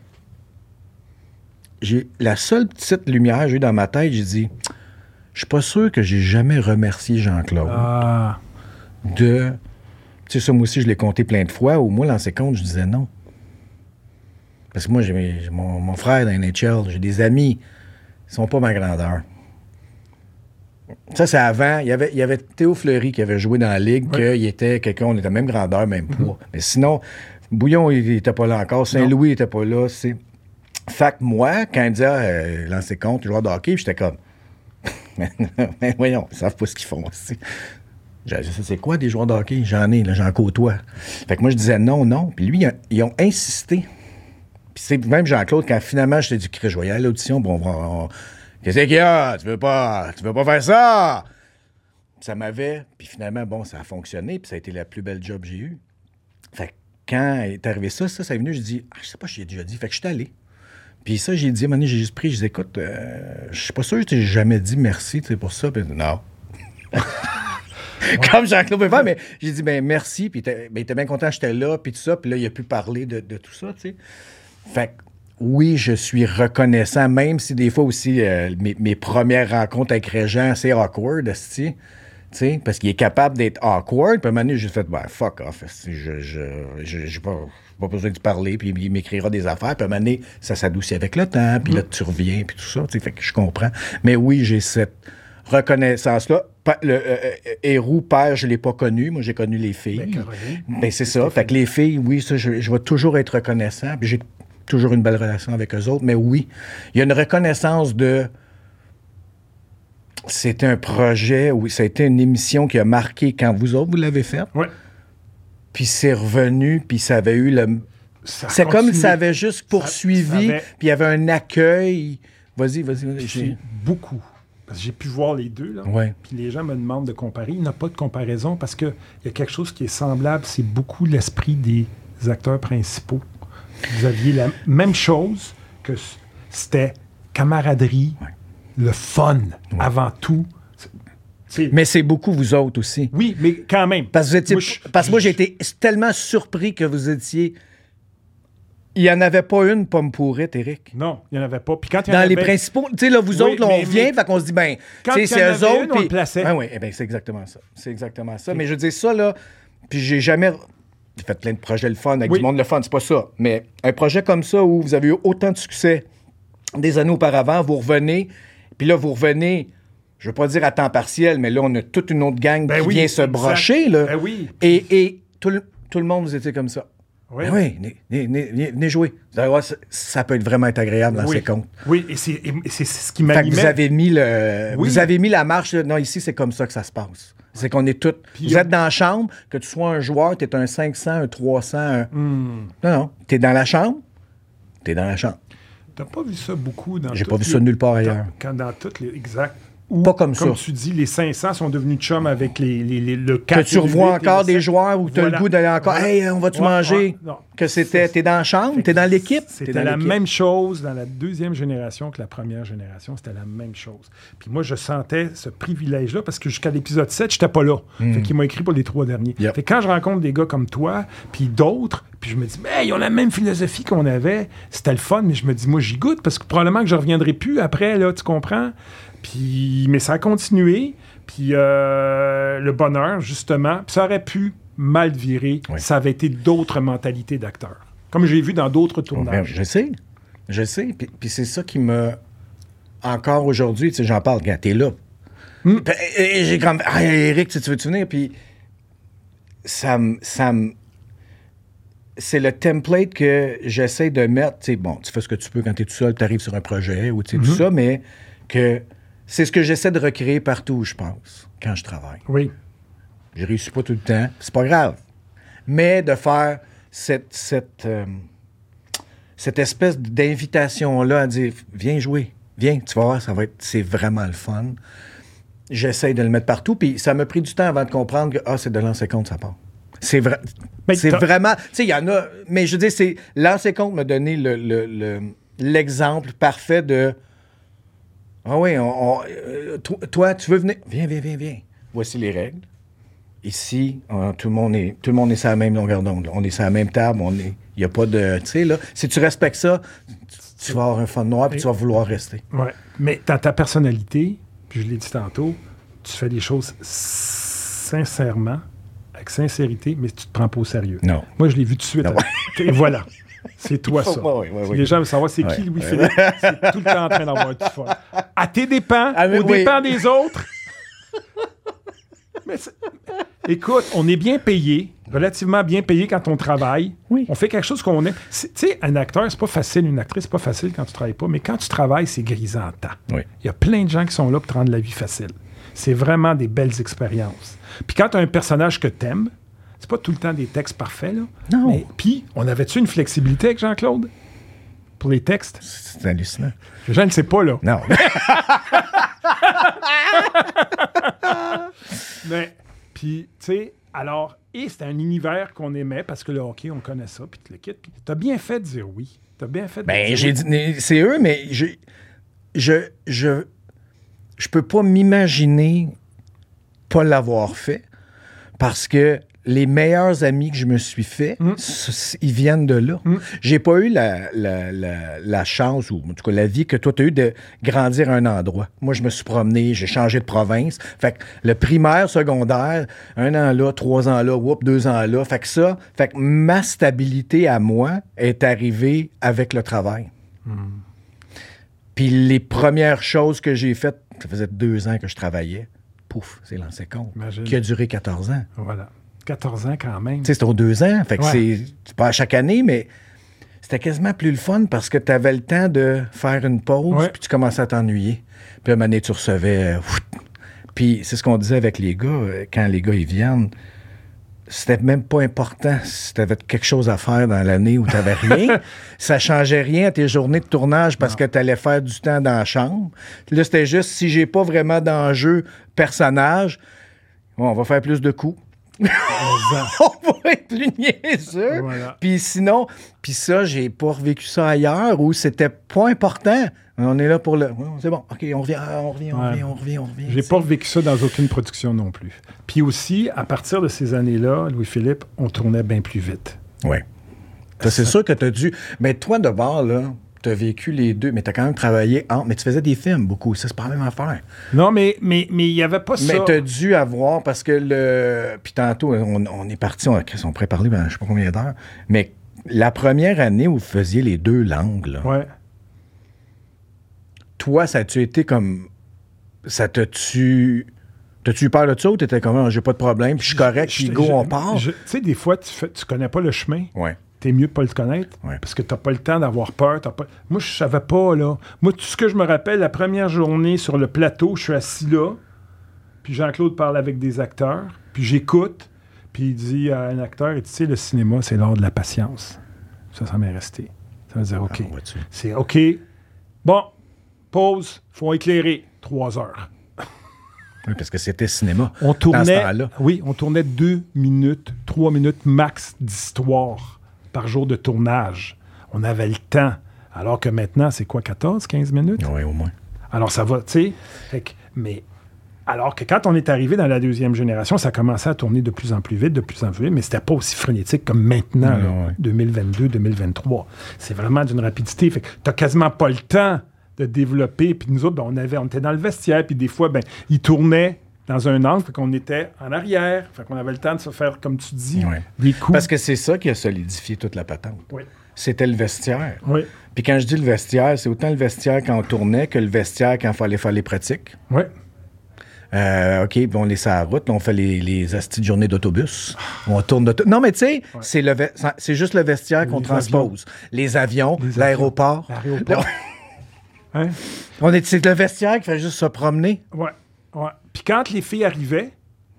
J'ai la seule petite lumière que j'ai eu dans ma tête, j'ai dit... Je suis pas sûr que j'ai jamais remercié Jean-Claude Ah, de... Tu sais, ça, moi aussi, je l'ai compté plein de fois, où moi, l'ancien compte, je disais non. Parce que moi, j'ai, mes- j'ai mon, mon frère dans N H L, j'ai des amis, ils sont pas ma grandeur. Ça, c'est avant. Il y avait, il y avait Théo Fleury qui avait joué dans la Ligue, Oui. qu'il était quelqu'un, on était même grandeur, même poids. Mm-hmm. Mais sinon, Bouillon, il n'était pas là encore. Saint-Louis, il n'était pas là. C'est... Fait que moi, quand il disait euh, lancer compte, joueur de hockey, j'étais comme. Mais voyons, ils savent pas ce qu'ils font aussi. Je sais, c'est quoi des joueurs de hockey? J'en ai, là, j'en côtoie. Fait que moi, je disais non, non. Puis lui, ils ont insisté. Puis c'est même Jean-Claude, quand finalement, je t'ai dit, je vais y aller à l'audition, bon, on, on, qu'est-ce qu'il y a? Tu veux pas, tu veux pas faire ça? Ça m'avait. Puis finalement, bon, ça a fonctionné. Puis ça a été la plus belle job que j'ai eue. Fait que quand est arrivé ça, ça, ça est venu, je dis, ah, je sais pas, je t'ai déjà dit. Fait que je suis allé. Puis ça, j'ai dit, à un moment donné, j'ai juste pris, je dis, écoute, euh, je suis pas sûr que je t'ai jamais dit merci, tu sais, pour ça. Puis non. Comme Jean-Claude Pévert, mais j'ai dit, ben merci, puis ben, il était bien content que j'étais là, puis tout ça, puis là, il a pu parler de, de tout ça, tu sais. Fait que, oui, je suis reconnaissant, même si des fois aussi, euh, mes, mes premières rencontres avec Régent, c'est awkward, esti, tu sais, parce qu'il est capable d'être awkward, puis à un moment donné, j'ai fait, ben, fuck off, esti, je, je, je, j'ai pas, pas besoin de parler, puis il m'écrira des affaires, puis à un moment donné, ça s'adoucit avec le temps, puis là, tu reviens, puis tout ça, tu sais, fait que je comprends. Mais oui, j'ai cette reconnaissance-là. Le euh, Héroux, père, je ne l'ai pas connu. Moi, j'ai connu les filles. Ben, ben c'est ça. Fait que les filles, oui, ça, je, je vais toujours être reconnaissant. Puis j'ai toujours une belle relation avec eux autres. Mais oui, il y a une reconnaissance de... C'était un projet, oui, ça a été une émission qui a marqué quand vous autres, vous l'avez faite. Oui. Puis c'est revenu, puis ça avait eu le... C'est comme si ça avait juste poursuivi, ça, ça avait... puis il y avait un accueil. Vas-y, vas-y. vas-y. J'ai beaucoup. Parce que j'ai pu voir les deux, là. Ouais. Puis les gens me demandent de comparer. Il n'y a pas de comparaison parce qu'il y a quelque chose qui est semblable. C'est beaucoup l'esprit des acteurs principaux. Vous aviez la même chose, que c'était camaraderie, ouais. Le fun, ouais. Avant tout. C'est... Mais c'est beaucoup vous autres aussi. Oui, mais quand même. Parce que, vous étiez... moi, je... Parce que moi, j'ai été tellement surpris que vous étiez... Il n'y en avait pas une pomme pourrite, Éric. Non, il n'y en avait pas. Puis quand il y en Dans avait... les principaux, tu sais, là, vous oui, autres, là, on mais, vient, mais... fait qu'on se dit, ben, tu sais, c'est eux autres. Une, puis... on le plaçait. Ah oui, eh bien, c'est exactement ça. C'est exactement ça. Oui. Mais je dis ça, là, puis j'ai jamais... J'ai fait plein de projets le fun, avec oui. du monde le fun, c'est pas ça. Mais un projet comme ça, où vous avez eu autant de succès des années auparavant, vous revenez, puis là, vous revenez... Je ne veux pas dire à temps partiel, mais là, on a toute une autre gang ben qui oui, vient se exact. brocher, là. Ben oui. Et, et tout, le, tout le monde, vous étiez comme ça. Oui, ben oui venez, venez, venez jouer. Vous allez voir, ça, ça peut être vraiment être agréable dans oui. ces comptes. Oui, et c'est, et c'est ce qui m'animait. Fait que vous avez mis, le, oui. vous avez mis la marche. Non, ici, c'est comme ça que ça se passe. C'est qu'on est tous... Puis vous êtes dans la chambre, que tu sois un joueur, tu es un cinq cents, un trois cents, un... Mm. Non, non. Tu es dans la chambre, tu es dans la chambre. Tu n'as pas vu ça beaucoup dans... J'ai pas vu les... ça nulle part ailleurs. Quand, quand dans toutes les... Exact. Ou, pas comme, comme ça. Comme tu dis, les cinq cents sont devenus chums avec les, les, les, le quatre. Que tu revois encore des joueurs où tu as voilà. le goût d'aller encore. Voilà. Hey, on va-tu ouais, manger? Ouais, non. Que c'était. T'es dans la chambre, t'es dans l'équipe. C'était dans la l'équipe. même chose dans la deuxième génération que la première génération. C'était la même chose. Puis moi, je sentais ce privilège-là parce que jusqu'à l'épisode sept, j'étais pas là. Mm. Fait qu'il m'a écrit pour les trois derniers. Yep. Fait que quand je rencontre des gars comme toi, puis d'autres, puis je me dis, mais ils ont la même philosophie qu'on avait. C'était le fun, mais je me dis, moi, j'y goûte parce que probablement que je reviendrai plus après, là, tu comprends? Puis, mais ça a continué. Puis euh, le bonheur, justement, puis ça aurait pu mal virer. Oui. Ça avait été d'autres mentalités d'acteurs. Comme j'ai vu dans d'autres tournages. Oh, je sais. Je sais. Puis, puis c'est ça qui me... Encore aujourd'hui, tu sais, j'en parle quand t'es là. Mm. Puis, et, et j'ai grand... Ah, Éric, tu veux-tu venir? Puis ça me... Ça me... C'est le template que j'essaie de mettre. Tu sais, bon, tu fais ce que tu peux quand t'es tout seul, t'arrives sur un projet ou tu sais, mm-hmm. tout ça, mais que... C'est ce que j'essaie de recréer partout où je pense, quand je travaille. Oui. Je réussis pas tout le temps, c'est pas grave. Mais de faire cette, cette, euh, cette espèce d'invitation-là à dire « Viens jouer, viens, tu vas voir, ça va être, c'est vraiment le fun. » J'essaie de le mettre partout, puis ça m'a pris du temps avant de comprendre que « Ah, c'est de lancer compte, ça part. » C'est, vrai, c'est vraiment... Tu sais, il y en a... Mais je veux dire, c'est... Lancer compte m'a donné le, le, le, l'exemple parfait de... Ah oui, on, on, euh, toi, toi, tu veux venir? Viens, viens, viens, viens. Voici les règles. Ici, on, tout le monde est, tout le monde est sur la même longueur d'onde. On est sur la même table. On est, il n'y a pas de... Tu sais, là, si tu respectes ça, tu, tu vas avoir un fond noir et tu vas vouloir rester. Oui, mais dans ta personnalité, puis je l'ai dit tantôt, tu fais des choses sincèrement, avec sincérité, mais tu te prends pas au sérieux. Non. Moi, je l'ai vu tout de suite. Et voilà. C'est toi, ça. Oui, oui, oui. Les gens veulent savoir c'est oui, qui Louis-Philippe. Oui. C'est tout le temps en train d'avoir du fun. À tes dépens, ah, aux oui. dépens des autres, Mais écoute, on est bien payé, relativement bien payé quand on travaille. Oui. On fait quelque chose qu'on aime. Tu sais, un acteur, c'est pas facile, une actrice, c'est pas facile quand tu travailles pas, mais quand tu travailles, c'est grisant. Oui. Il y a plein de gens qui sont là pour te rendre la vie facile. C'est vraiment des belles expériences. Puis quand tu as un personnage que t'aimes, c'est pas tout le temps des textes parfaits, là. Non. Mais, puis, on avait-tu une flexibilité avec Jean-Claude? Pour les textes? C'est hallucinant. Je ne sais pas, là. Non. Mais, puis, tu sais, alors, et c'était un univers qu'on aimait parce que le hockey, on connaît ça, puis tu le quittes. Puis t'as bien fait de dire oui. T'as bien fait de Ben, dire j'ai oui. dit, mais c'est eux, mais j'ai- je, je, je peux pas m'imaginer pas l'avoir fait parce que les meilleurs amis que je me suis fait, Mm. c- c- ils viennent de là. Mm. J'ai pas eu la, la, la, la chance, ou en tout cas la vie que toi, tu as eu de grandir à un endroit. Moi, je me suis promené, j'ai changé de province. Fait que le primaire, secondaire, un an là, trois ans là, whoop, deux ans là. Fait que ça, fait que ma stabilité à moi est arrivée avec le travail. Puis les premières choses que j'ai faites, ça faisait deux ans que je travaillais. Pouf, c'est lancé compte. Imagine. Qui a duré quatorze ans. Voilà. quatorze ans quand même. Tu sais, c'était aux deux ans. Fait que Ouais. c'est, c'est pas à chaque année, mais c'était quasiment plus le fun parce que tu avais le temps de faire une pause, Ouais. puis tu commençais à t'ennuyer. Puis à un moment donné, tu recevais. euh, ouf. Puis c'est ce qu'on disait avec les gars, euh, quand les gars ils viennent. C'était même pas important si tu avais quelque chose à faire dans l'année où tu n'avais rien. Ça changeait rien à tes journées de tournage parce que tu allais faire du temps dans la chambre. Là, c'était juste si j'ai pas vraiment d'enjeu personnage, bon, on va faire plus de coups. On va être plus niaiseux. Voilà. Puis sinon, puis ça, j'ai pas revécu ça ailleurs où c'était pas important. On est là pour le. C'est bon, OK, on revient, on revient, on Ouais. revient, on revient, on revient. J'ai tu pas sais. vécu ça dans aucune production non plus. Puis aussi, à partir de ces années-là, Louis-Philippe, on tournait bien plus vite. Oui. C'est sûr que tu as dû. Mais toi, de bord, là, tu as vécu les deux, mais tu as quand même travaillé en. Mais tu faisais des films beaucoup. Ça, c'est pas la même affaire. Non, mais il mais, mais, il n'y avait pas ça. Mais tu as dû avoir, parce que le. Puis tantôt, on, on est parti, on, on pourrait parler pendant je sais pas combien d'heures. Mais la première année où vous faisiez les deux langues, là, Ouais. toi, ça a-tu été comme. Ça t'a-tu. T'as-tu eu peur de ça ou t'étais comme, ah, j'ai pas de problème, puis je suis correct, puis Je- go, je- on part? je- Tu sais, des fois, tu, fais, tu connais pas le chemin. Ouais. T'es mieux de pas le connaître Ouais. parce que t'as pas le temps d'avoir peur. t'as Pas... Moi, je savais pas, là. Moi, tout ce que je me rappelle, la première journée sur le plateau, je suis assis là, puis Jean-Claude parle avec des acteurs, puis j'écoute, puis il dit à un acteur, il dit, tu sais, le cinéma, c'est l'art de la patience. Ça, ça m'est resté. Ça veut dire, OK. Ah, vois-tu. C'est OK. Bon, pause, faut éclairer. Trois heures. Oui, parce que c'était cinéma. On Dans ce tournait, temps-là. oui, on tournait deux minutes, trois minutes max d'histoire par jour de tournage. On avait le temps. Alors que maintenant, c'est quoi, quatorze, quinze minutes? Oui, au moins. Alors ça va, tu sais. Fait que- Mais alors que quand on est arrivé dans la deuxième génération, ça commençait à tourner de plus en plus vite, de plus en plus vite, mais c'était pas aussi frénétique comme maintenant, Ouais, là, ouais. deux mille vingt-deux, deux mille vingt-trois. C'est vraiment d'une rapidité. Fait que t'as quasiment pas le temps de développer. Puis nous autres, ben, on, avait, on était dans le vestiaire, puis des fois, ben, ils tournaient dans un angle, fait qu'on était en arrière, fait qu'on avait le temps de se faire, comme tu dis, Ouais. des coups. Parce que c'est ça qui a solidifié toute la patente. Oui. C'était le vestiaire. Oui. Puis quand je dis le vestiaire, c'est autant le vestiaire quand on tournait que le vestiaire quand il fallait faire les pratiques. Oui. Euh, OK, puis on laisse la route, là, on fait les, les astis de journée d'autobus. On tourne d'auto. Non, mais tu sais, c'est le ve- c'est juste le vestiaire qu'on Les transpose. Les avions, Les l'aéroport. L'aéroport. Hein? On est, c'est le vestiaire qui fait juste se promener. Ouais. Ouais. Puis quand les filles arrivaient,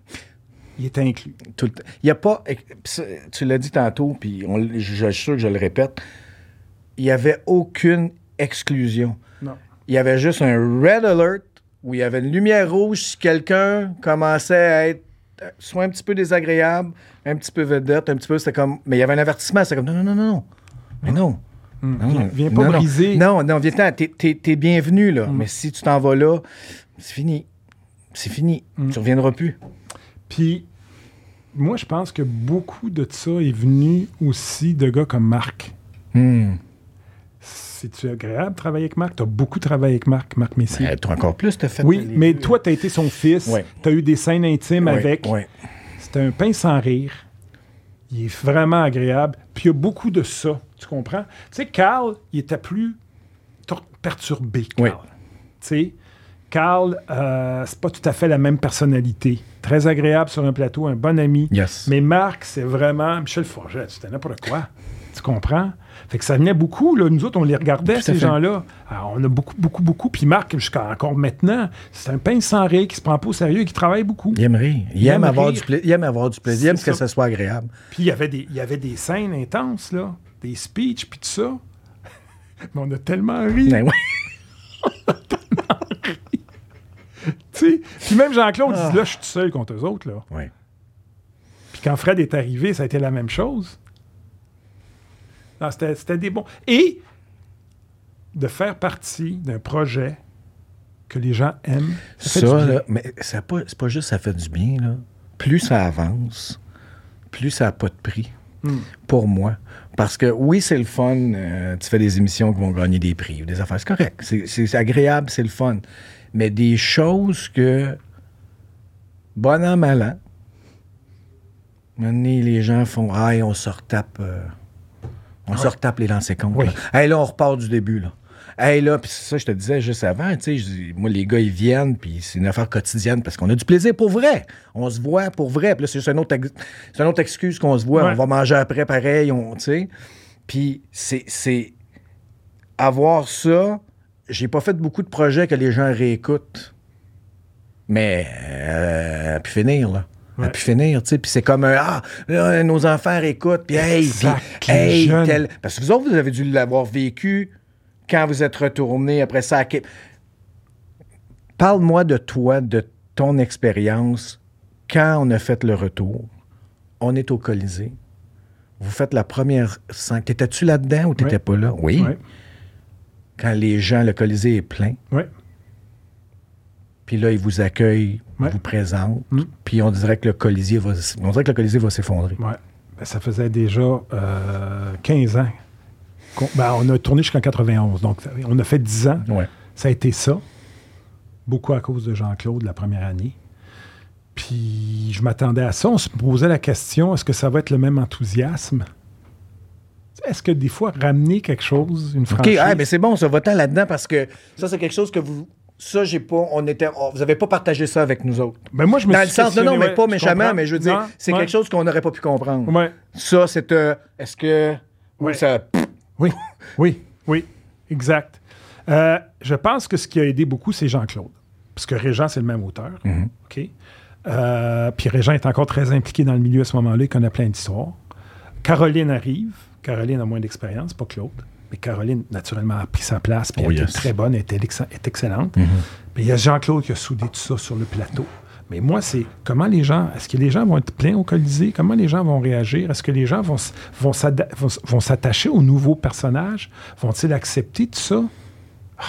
il était inclus. Tout le temps. Il n'y a pas. Tu l'as dit tantôt, puis on- je, je suis sûr que je le répète. Il n'y avait aucune exclusion. Non. Il y avait juste un red alert où il y avait une lumière rouge si quelqu'un commençait à être euh, soit un petit peu désagréable, un petit peu vedette, un petit peu. C'était comme. Mais il y avait un avertissement. C'était comme non, non, non, non. Mais non. Hum. Non, Viens, non. viens pas Non, non. briser. Non, non, viens, t'es, t'es, t'es bienvenu, là. Mais si tu t'en vas là, c'est fini. C'est fini. Tu reviendras plus. Puis, moi, je pense que beaucoup de ça est venu aussi de gars comme Marc. Hmm. C'est-tu agréable de travailler avec Marc? Tu as beaucoup travaillé avec Marc, Marc Messier. Euh, toi, encore plus, t'as fait. oui, les mais deux. toi, tu as été son fils. Ouais. Tu as eu des scènes intimes Ouais, avec. ouais. C'était un pain sans rire. Il est vraiment agréable. Puis il y a beaucoup de ça. Tu comprends? Tu sais, Carl, il était plus tor- perturbé, Carl. Oui. Tu sais, Carl, euh, c'est pas tout à fait la même personnalité. Très agréable sur un plateau, un bon ami. Yes. Mais Marc, c'est vraiment... Michel Forget, c'était n'importe quoi. Tu comprends? Fait que ça venait beaucoup, là. Nous autres, on les regardait, Tout ces gens-là. Alors, on a beaucoup, beaucoup, beaucoup. Puis Marc, jusqu'à encore maintenant, c'est un pince sans rire qui se prend pas au sérieux et qui travaille beaucoup. Il aime rire. Il, Il aime, aime avoir rire. du pla- il aime avoir du plaisir. Il aime C'est que ça. ça soit agréable. Puis il y avait des, il y avait des scènes intenses, là. Des speeches, puis tout ça. Mais on a tellement ri. Ben oui. Tu sais. Puis même Jean-Claude Ah. dit, là, je suis tout seul contre eux autres, là. Oui. Puis quand Fred est arrivé, ça a été la même chose. Non, c'était, c'était des bons... Et de faire partie d'un projet que les gens aiment, ça fait Ça, du bien. là, mais c'est pas, c'est pas juste ça fait du bien, là. Plus ça avance, plus ça n'a pas de prix. Mm. Pour moi. Parce que oui, c'est le fun. euh, tu fais des émissions qui vont gagner des prix ou des affaires. C'est correct. C'est, c'est, c'est agréable, c'est le fun. Mais des choses que, bon an, mal an, un moment donné, les gens font « Ah, on se retape, euh, on se retape les lancers comptes. Oui. Là. Hey, là, on repart du début. Là. Hey, là, puis ça, je te disais juste avant, tu sais, je dis, moi, les gars, ils viennent, puis c'est une affaire quotidienne parce qu'on a du plaisir pour vrai. On se voit pour vrai. Puis là, c'est juste une autre, ex- c'est une autre excuse qu'on se voit. Ouais. On va manger après pareil, on, tu sais. Puis c'est, c'est avoir ça. J'ai pas fait beaucoup de projets que les gens réécoutent. Mais, euh, puis finir, là. Ouais. Puis finir, tu sais. Puis c'est comme un, ah, là, nos enfants écoutent, puis hey, Exact, puis les hey, jeunes. tel... Parce que vous autres, vous avez dû l'avoir vécu quand vous êtes retournés après ça. à Québec. Parle-moi de toi, de ton expérience quand on a fait le retour. On est au Colisée. Vous faites la première scène. T'étais-tu là-dedans ou t'étais Ouais. pas là? Oui. Ouais. Quand les gens, le Colisée est plein. Ouais. Puis là, ils vous accueillent, ils Ouais. vous présentent. Mm. Puis on dirait que le Colisée va, on dirait que le Colisée va s'effondrer. Ouais. Ben, ça faisait déjà euh, quinze ans. qu'on- Ben, on a tourné jusqu'en quatre-vingt-onze. Donc, on a fait dix ans. Ouais. Ça a été ça. Beaucoup à cause de Jean-Claude la première année. Puis, je m'attendais à ça. On se posait la question, est-ce que ça va être le même enthousiasme? Est-ce que des fois, ramener quelque chose, une OK, franchise... ah, mais c'est bon, ça va-t'en là-dedans parce que ça, c'est quelque chose que vous. Ça, j'ai pas. On était. on- vous avez pas partagé ça avec nous autres. Ben, moi, je me Dans suis le sens, non, non, questionné, mais ouais, pas tu méchamment, comprends? mais je veux dire, Non, c'est ouais. quelque chose qu'on n'aurait pas pu comprendre. Ouais. Ça, c'est. euh, est-ce que. Ouais. Ça. Oui, oui, oui, exact. Euh, je pense que ce qui a aidé beaucoup, c'est Jean-Claude. Parce que Régent, c'est le même auteur. Mhm. OK? Euh, puis Régent est encore très impliqué dans le milieu à ce moment-là. Il connaît plein d'histoires. Caroline arrive. Caroline a moins d'expérience, pas Claude. Mais Caroline, naturellement, a pris sa place. Puis Oh, elle yes. est très bonne, elle est, ex- est excellente. Mhm. Mais il y a Jean-Claude qui a soudé tout ça sur le plateau. Mais moi, c'est comment les gens... Est-ce que les gens vont être pleins au Colisée? Comment les gens vont réagir? Est-ce que les gens vont, s- vont, s'ada- vont, s- vont s'attacher aux nouveaux personnages? Vont-ils accepter tout ça? Ah.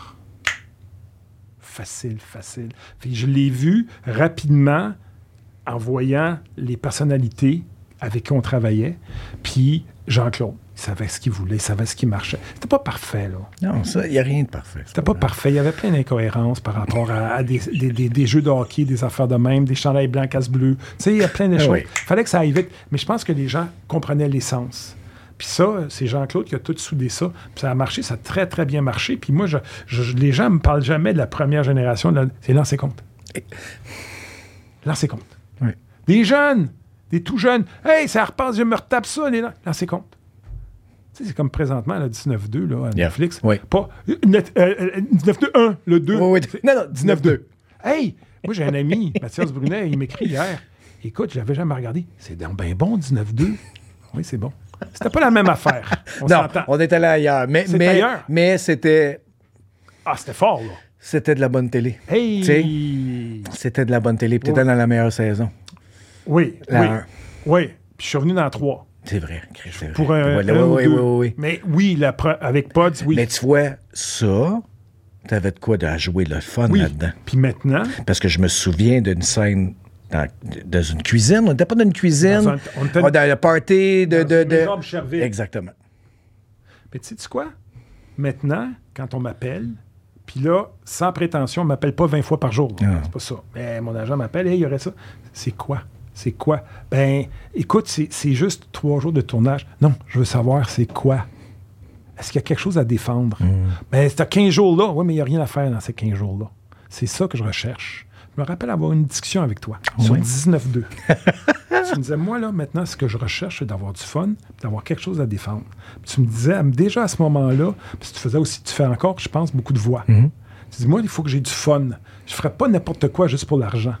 Facile, facile. Puis je l'ai vu rapidement en voyant les personnalités avec qui on travaillait. Puis Jean-Claude, il savait ce qu'il voulait, il savait ce qui marchait. C'était pas parfait, là. Non, ça, il n'y a rien de parfait. C'était pas parfait. Il y avait plein d'incohérences par rapport à, à des, des- des- des jeux de hockey, des affaires de même, des chandails blancs, casse bleus. Tu sais, il y a plein de Ah choses. oui. Il fallait que ça aille vite. Mais je pense que les gens comprenaient l'essence. Puis ça, c'est Jean-Claude qui a tout soudé ça. Puis ça a marché, ça a très, très bien marché. Puis moi, je, je- les gens me parlent jamais de la première génération. de la- C'est Lancez compte. Lancez compte. Oui. Des jeunes, des tout jeunes. Hey, ça repasse, je me retape ça. Les... Lancez compte. Tu sais, c'est comme présentement, le dix-neuf deux, là, à Yeah. Netflix. Oui. Pas euh, net- euh, euh, dix-neuf deux un, le deux. Oui, oui. C'est- Non, non, dix-neuf deux. Hey, moi, j'ai un ami, Mathias Brunet, il m'écrit hier. Écoute, je l'avais jamais regardé. C'est donc bien bon, dix-neuf deux. Oui, c'est bon. C'était pas la même affaire. On Non, s'entend. on est allé ailleurs. Mais, C'est mais, ailleurs. mais c'était, Ah, c'était fort, là. c'était de la bonne télé. Hey! Tu sais, C'était de la bonne télé. Puis t'étais Oh. dans la meilleure saison. Oui, La oui. un. Oui, puis je suis revenu dans trois. C'est vrai. c'est vrai. Pour un, Ouais, un ouais, ou ouais, deux. ouais, ouais, ouais. Mais oui, la pre- avec Pods, oui. Mais tu vois, ça, t'avais de quoi de jouer le fun oui. là-dedans. Puis maintenant, Parce que je me souviens d'une scène dans, dans une cuisine. On n'était pas dans une cuisine. Dans un- on était- Ah, dans le party de... dans de, une de- maison de Cherville. Exactement. mais tu sais quoi? Maintenant, quand on m'appelle, puis là, sans prétention, on ne m'appelle pas vingt fois par jour. Ah. C'est pas ça. Mais mon agent m'appelle, hey, il y aurait ça. C'est quoi? C'est quoi? Ben, écoute, c'est c'est juste trois jours de tournage. Non, je veux savoir c'est quoi. Est-ce qu'il y a quelque chose à défendre? Ben, c'est quinze jours là. Oui, mais il n'y a rien à faire dans ces quinze jours-là. C'est ça que je recherche. Je me rappelle avoir une discussion avec toi Oui. sur dix-neuf deux. Tu me disais, moi, là, maintenant, ce que je recherche, c'est d'avoir du fun, d'avoir quelque chose à défendre. Puis tu me disais, déjà à ce moment-là, puis tu faisais aussi, tu fais encore, je pense, beaucoup de voix. Mm-hmm. Tu dis, moi, il faut que j'ai du fun. Je ne ferais pas n'importe quoi juste pour l'argent.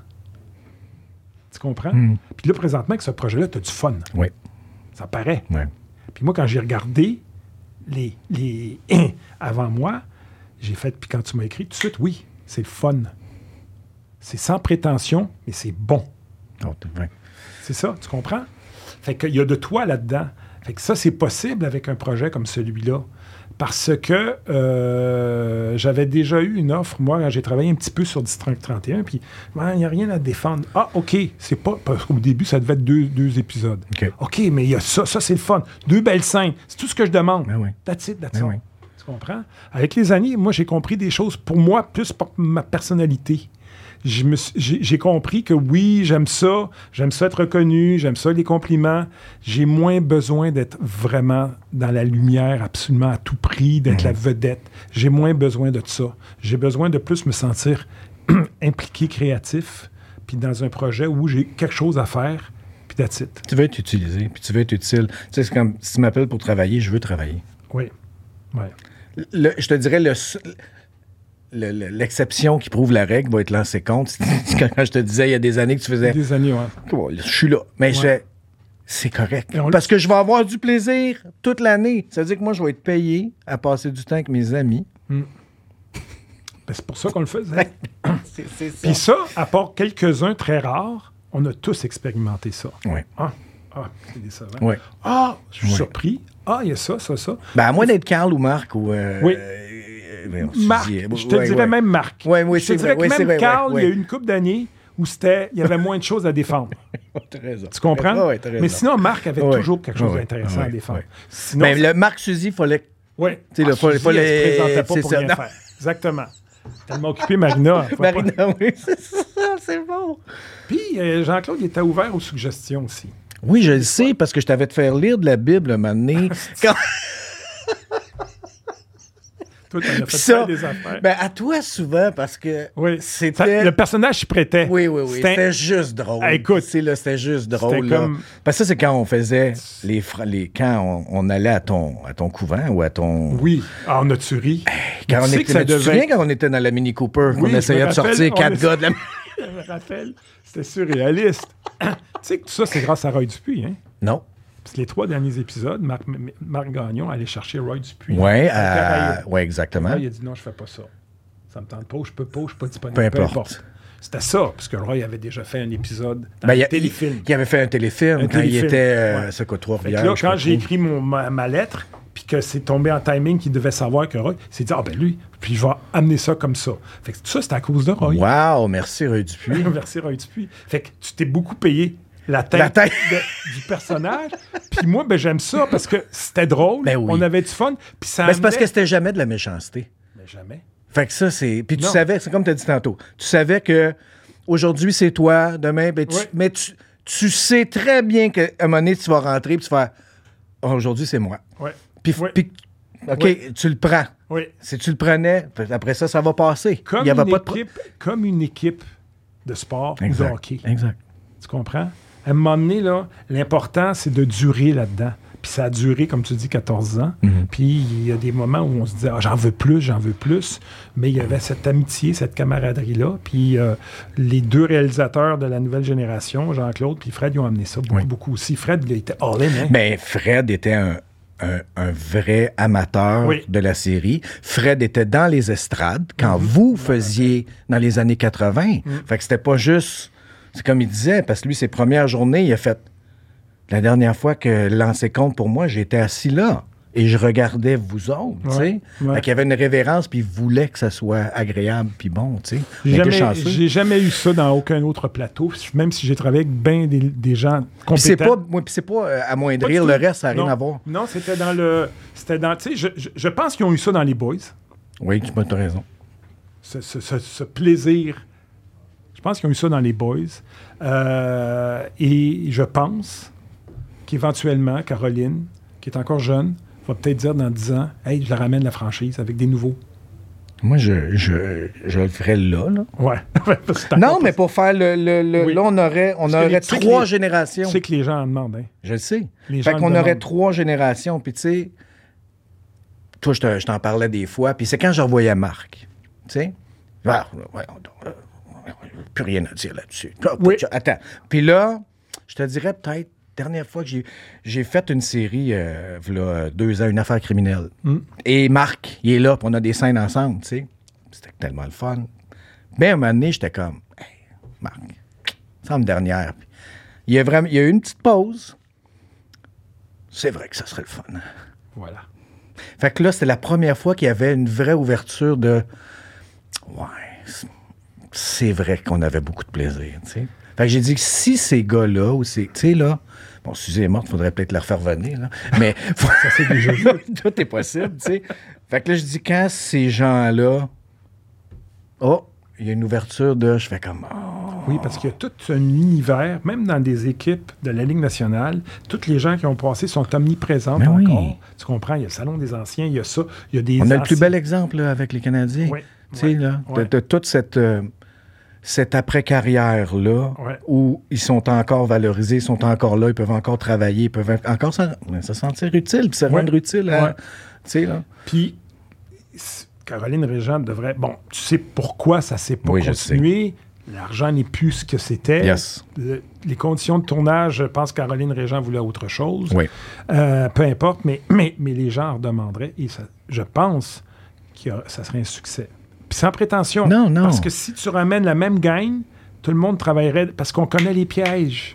Tu comprends? Mm. Puis là, présentement, avec ce projet-là, tu as du fun. Oui. Ça paraît. Oui. Puis moi, quand j'ai regardé les, les avant moi, j'ai fait, puis quand tu m'as écrit, tout de suite, oui, c'est le fun. C'est sans prétention, mais c'est bon. Oh, t'es vrai. C'est ça, tu comprends? Fait qu'il y a de toi là-dedans. Fait que ça, c'est possible avec un projet comme celui-là. Parce que euh, j'avais déjà eu une offre, moi, quand j'ai travaillé un petit peu sur District trente et un, puis il n'y a rien à défendre. Ah, OK, c'est pas... Parce qu'au début, ça devait être deux, deux épisodes. OK. OK, mais il y a ça, ça, c'est le fun. Deux belles scènes, c'est tout ce que je demande. Ben oui. That's it, that's Ben all. oui. Tu comprends? Avec les années, moi, j'ai compris des choses, pour moi, plus pour ma personnalité. Je me suis- J'ai j'ai compris que oui, j'aime ça, j'aime ça être reconnu, j'aime ça les compliments. J'ai moins besoin d'être vraiment dans la lumière absolument à tout prix, d'être Mhm. la vedette. J'ai moins besoin de ça. J'ai besoin de plus me sentir impliqué, créatif, puis dans un projet où j'ai quelque chose à faire, puis that's it. Tu veux être utilisé, puis tu veux être utile. Tu sais, c'est comme si tu m'appelles pour travailler, je veux travailler. Oui, oui. Le- je te dirais, le, le- le- l'exception qui prouve la règle va être lancée contre. Quand je te disais il y a des années que tu faisais, Des années, ouais. oh, je suis là. Mais Ouais. je fais, c'est correct. Et on le- Parce que je vais avoir du plaisir toute l'année. Ça veut dire que moi, je vais être payé à passer du temps avec mes amis. Ben, c'est pour ça qu'on le faisait. C'est, c'est ça. Puis ça, à part quelques-uns très rares, on a tous expérimenté ça. Ouais. Ah, ah c'est décevant. Ouais. Ah, je suis Ouais. surpris. Ah, il y a ça, ça, ça. Ben, à moins d'être Carl ou Marc ou. euh, Oui. euh, ben, on se Marc, dit, je te ouais, dirais ouais. même Marc. Ouais, oui, je te c'est dirais vrai, que ouais, c'est même vrai, Carl, ouais, il y a ouais. eu une couple d'années où c'était, il y avait moins de choses à défendre. T'as raison. Tu comprends? Ouais, ouais, t'as raison. Mais sinon, Marc avait Ouais. toujours quelque chose Ouais. d'intéressant Ouais. à défendre. Ouais. Sinon, Ben, le Marc Suzy, il fallait. oui. Tu sais, là, faut- Suzy, faut elle les- se présentait pas c'est pour ça, rien non. faire. Exactement. Tellement occupé, Marina. elle pouvait pas- Marina, oui, c'est ça, c'est bon. Puis euh, Jean-Claude, il était ouvert aux suggestions aussi. Oui, je le sais, parce que je t'avais fait faire lire de la Bible un moment donné. Quand- Toi, tu as fait ça, faire des affaires. ben, à toi souvent, parce que oui. c'était. Ça- le personnage s'y prêtait. Oui, oui, oui. C'était- C'était juste drôle. Ah, écoute, Tu sais, là, c'était juste drôle. c'était là. comme- Parce que ça, c'est quand on faisait les, fra- les quand on, on allait à ton, à ton couvent ou à ton. Oui. Ah, on a tué. Quand Tu on sais était, que ça mais tu te devait- souviens quand on était dans la Mini Cooper, Oui, qu'on je me essayait de rappelle, sortir on quatre essaie- gars de la. Je me rappelle. C'était surréaliste. Tu sais que tout ça, c'est grâce à Roy Dupuis, hein? Non. Parce que les trois derniers épisodes, Marc, M- Marc Gagnon allait chercher Roy Dupuis. Oui, Caraïbes. ouais, exactement. Là, il a dit non, je fais pas ça. Ça me tente pas, je peux pas, je suis pas disponible. Peu importe. C'était ça, parce que Roy avait déjà fait un épisode dans Ben, un il, a- téléfilm. il avait fait un téléfilm Un quand il téléfilm, était, euh, ouais. c'est quoi, Fait que Trois-Rivières. là, je sais pas quand j'ai trop. écrit mon, ma, ma lettre, puis que c'est tombé en timing qu'il devait savoir que Roy, il s'est dit, ah ben lui, puis je vais amener ça comme ça. Fait que tout ça, c'était à cause de Roy. Wow, merci Roy Dupuis. Merci Roy Dupuis. Fait que tu t'es beaucoup payé la tête, La tête. de- du personnage. Puis moi, ben j'aime ça parce que c'était drôle, Ben oui. on avait du fun, puis ça Ben, c'est parce amenait- que c'était jamais de la méchanceté. Mais jamais. Fait que ça, c'est. Puis tu Non. savais, c'est comme tu as dit tantôt, tu savais que aujourd'hui c'est toi, demain, ben, tu- Oui. mais tu, tu sais très bien qu'à un moment donné, tu vas rentrer puis tu vas faire oh, aujourd'hui c'est moi. Ouais. Puis, Oui. puis- OK, Oui. tu le prends. Oui. Si tu le prenais, puis après ça, ça va passer. Comme, Il y avait une pas de pro- équipe, comme une équipe de sport ou de Exact. hockey. Exact. Tu comprends? À un moment donné, là, l'important, c'est de durer là-dedans. Puis ça a duré, comme tu dis, quatorze ans. Mhm. Puis il y a des moments où on se disait, ah, j'en veux plus, j'en veux plus. Mais il y avait cette amitié, cette camaraderie-là. Puis euh, les deux réalisateurs de la nouvelle génération, Jean-Claude puis Fred, ils ont amené ça beaucoup, Oui. beaucoup aussi. Fred, il était all-in, hein? Mais Fred était un, un- un vrai amateur Oui. de la série. Fred était dans les estrades quand Mhm. vous faisiez dans les années quatre-vingt. Fait que c'était pas juste. C'est comme il disait, parce que lui, ses premières journées, il a fait. La dernière fois que lancé compte pour moi, j'étais assis là et je regardais vous autres, tu sais. Ouais, ouais. Fait qu'il y avait une révérence puis il voulait que ça soit agréable puis bon, tu sais. J'ai On était jamais, chanceux. j'ai jamais eu ça dans aucun autre plateau, même si j'ai travaillé avec bien des, des gens Puis c'est compétents. pas, ouais, puis c'est pas euh, Pas amoindrir du le tout. reste, ça n'a rien Non. à voir. Non, c'était dans le. C'était dans. Tu sais, je, je, je pense qu'ils ont eu ça dans les Boys. Oui, tu as raison. Ce, ce- ce- ce plaisir. Je pense qu'ils ont eu ça dans les Boys. Euh, et je pense qu'éventuellement, Caroline, qui est encore jeune, va peut-être dire dans dix ans, hey, je la ramène la franchise avec des nouveaux. Moi, je, je, je le ferais là. là. Ouais. non, mais pour faire le... le, le oui. Là, on aurait, on aurait les, trois les, générations. Tu sais que les gens en demandent, hein? Je le sais. Les fait gens qu'on aurait trois générations. Puis, tu sais, toi, je, te, je t'en parlais des fois. Puis c'est quand je revoyais Marc. Tu sais? Ah, ouais, on, euh, plus rien à dire là-dessus. Oui. Attends. Puis là, je te dirais peut-être, dernière fois que j'ai, j'ai fait une série, euh, là, deux ans, une affaire criminelle. Mm. Et Marc, il est là, puis on a des scènes ensemble, tu sais. C'était tellement le fun. Mais à un moment donné, j'étais comme, hey, Marc, ça me dernière. Puis, il y a vraiment, il y a eu une petite pause. C'est vrai que ça serait le fun. Voilà. Fait que là, c'était la première fois qu'il y avait une vraie ouverture de, ouais, c'est vrai qu'on avait beaucoup de plaisir, tu sais. Fait que j'ai dit que si ces gars-là, ou ces, tu sais, là, bon, Suzy est morte, il faudrait peut-être la refaire venir, là, mais ça, c'est déjà tout est possible, tu sais. Fait que là, je dis, quand ces gens-là, oh, il y a une ouverture de, je fais comme, oh. Oui, parce qu'il y a tout un univers, même dans des équipes de la Ligue nationale, tous les gens qui ont passé sont omniprésents mais encore. Oui. Tu comprends, il y a le Salon des anciens, il y a ça, il y a des On anciens. a le plus bel exemple, là, avec les Canadiens. Oui. Tu sais, ouais, là, ouais. de, de toute cette... Euh, cette après-carrière-là, ouais. où ils sont encore valorisés, ils sont encore là, ils peuvent encore travailler, ils peuvent encore se, se sentir utiles, puis se ouais. rendre utiles. À, ouais. Tu sais, là. Puis, Caroline Régent devrait... Bon, tu sais pourquoi ça s'est pas oui, continué. L'argent n'est plus ce que c'était. Yes. Le, les conditions de tournage, je pense que Caroline Régent voulait autre chose. Oui. Euh, peu importe, mais, mais, mais les gens en demanderaient, et ça, je pense que ça serait un succès. Puis sans prétention. Non, non. Parce que si tu ramènes la même gang, tout le monde travaillerait parce qu'on connaît les pièges.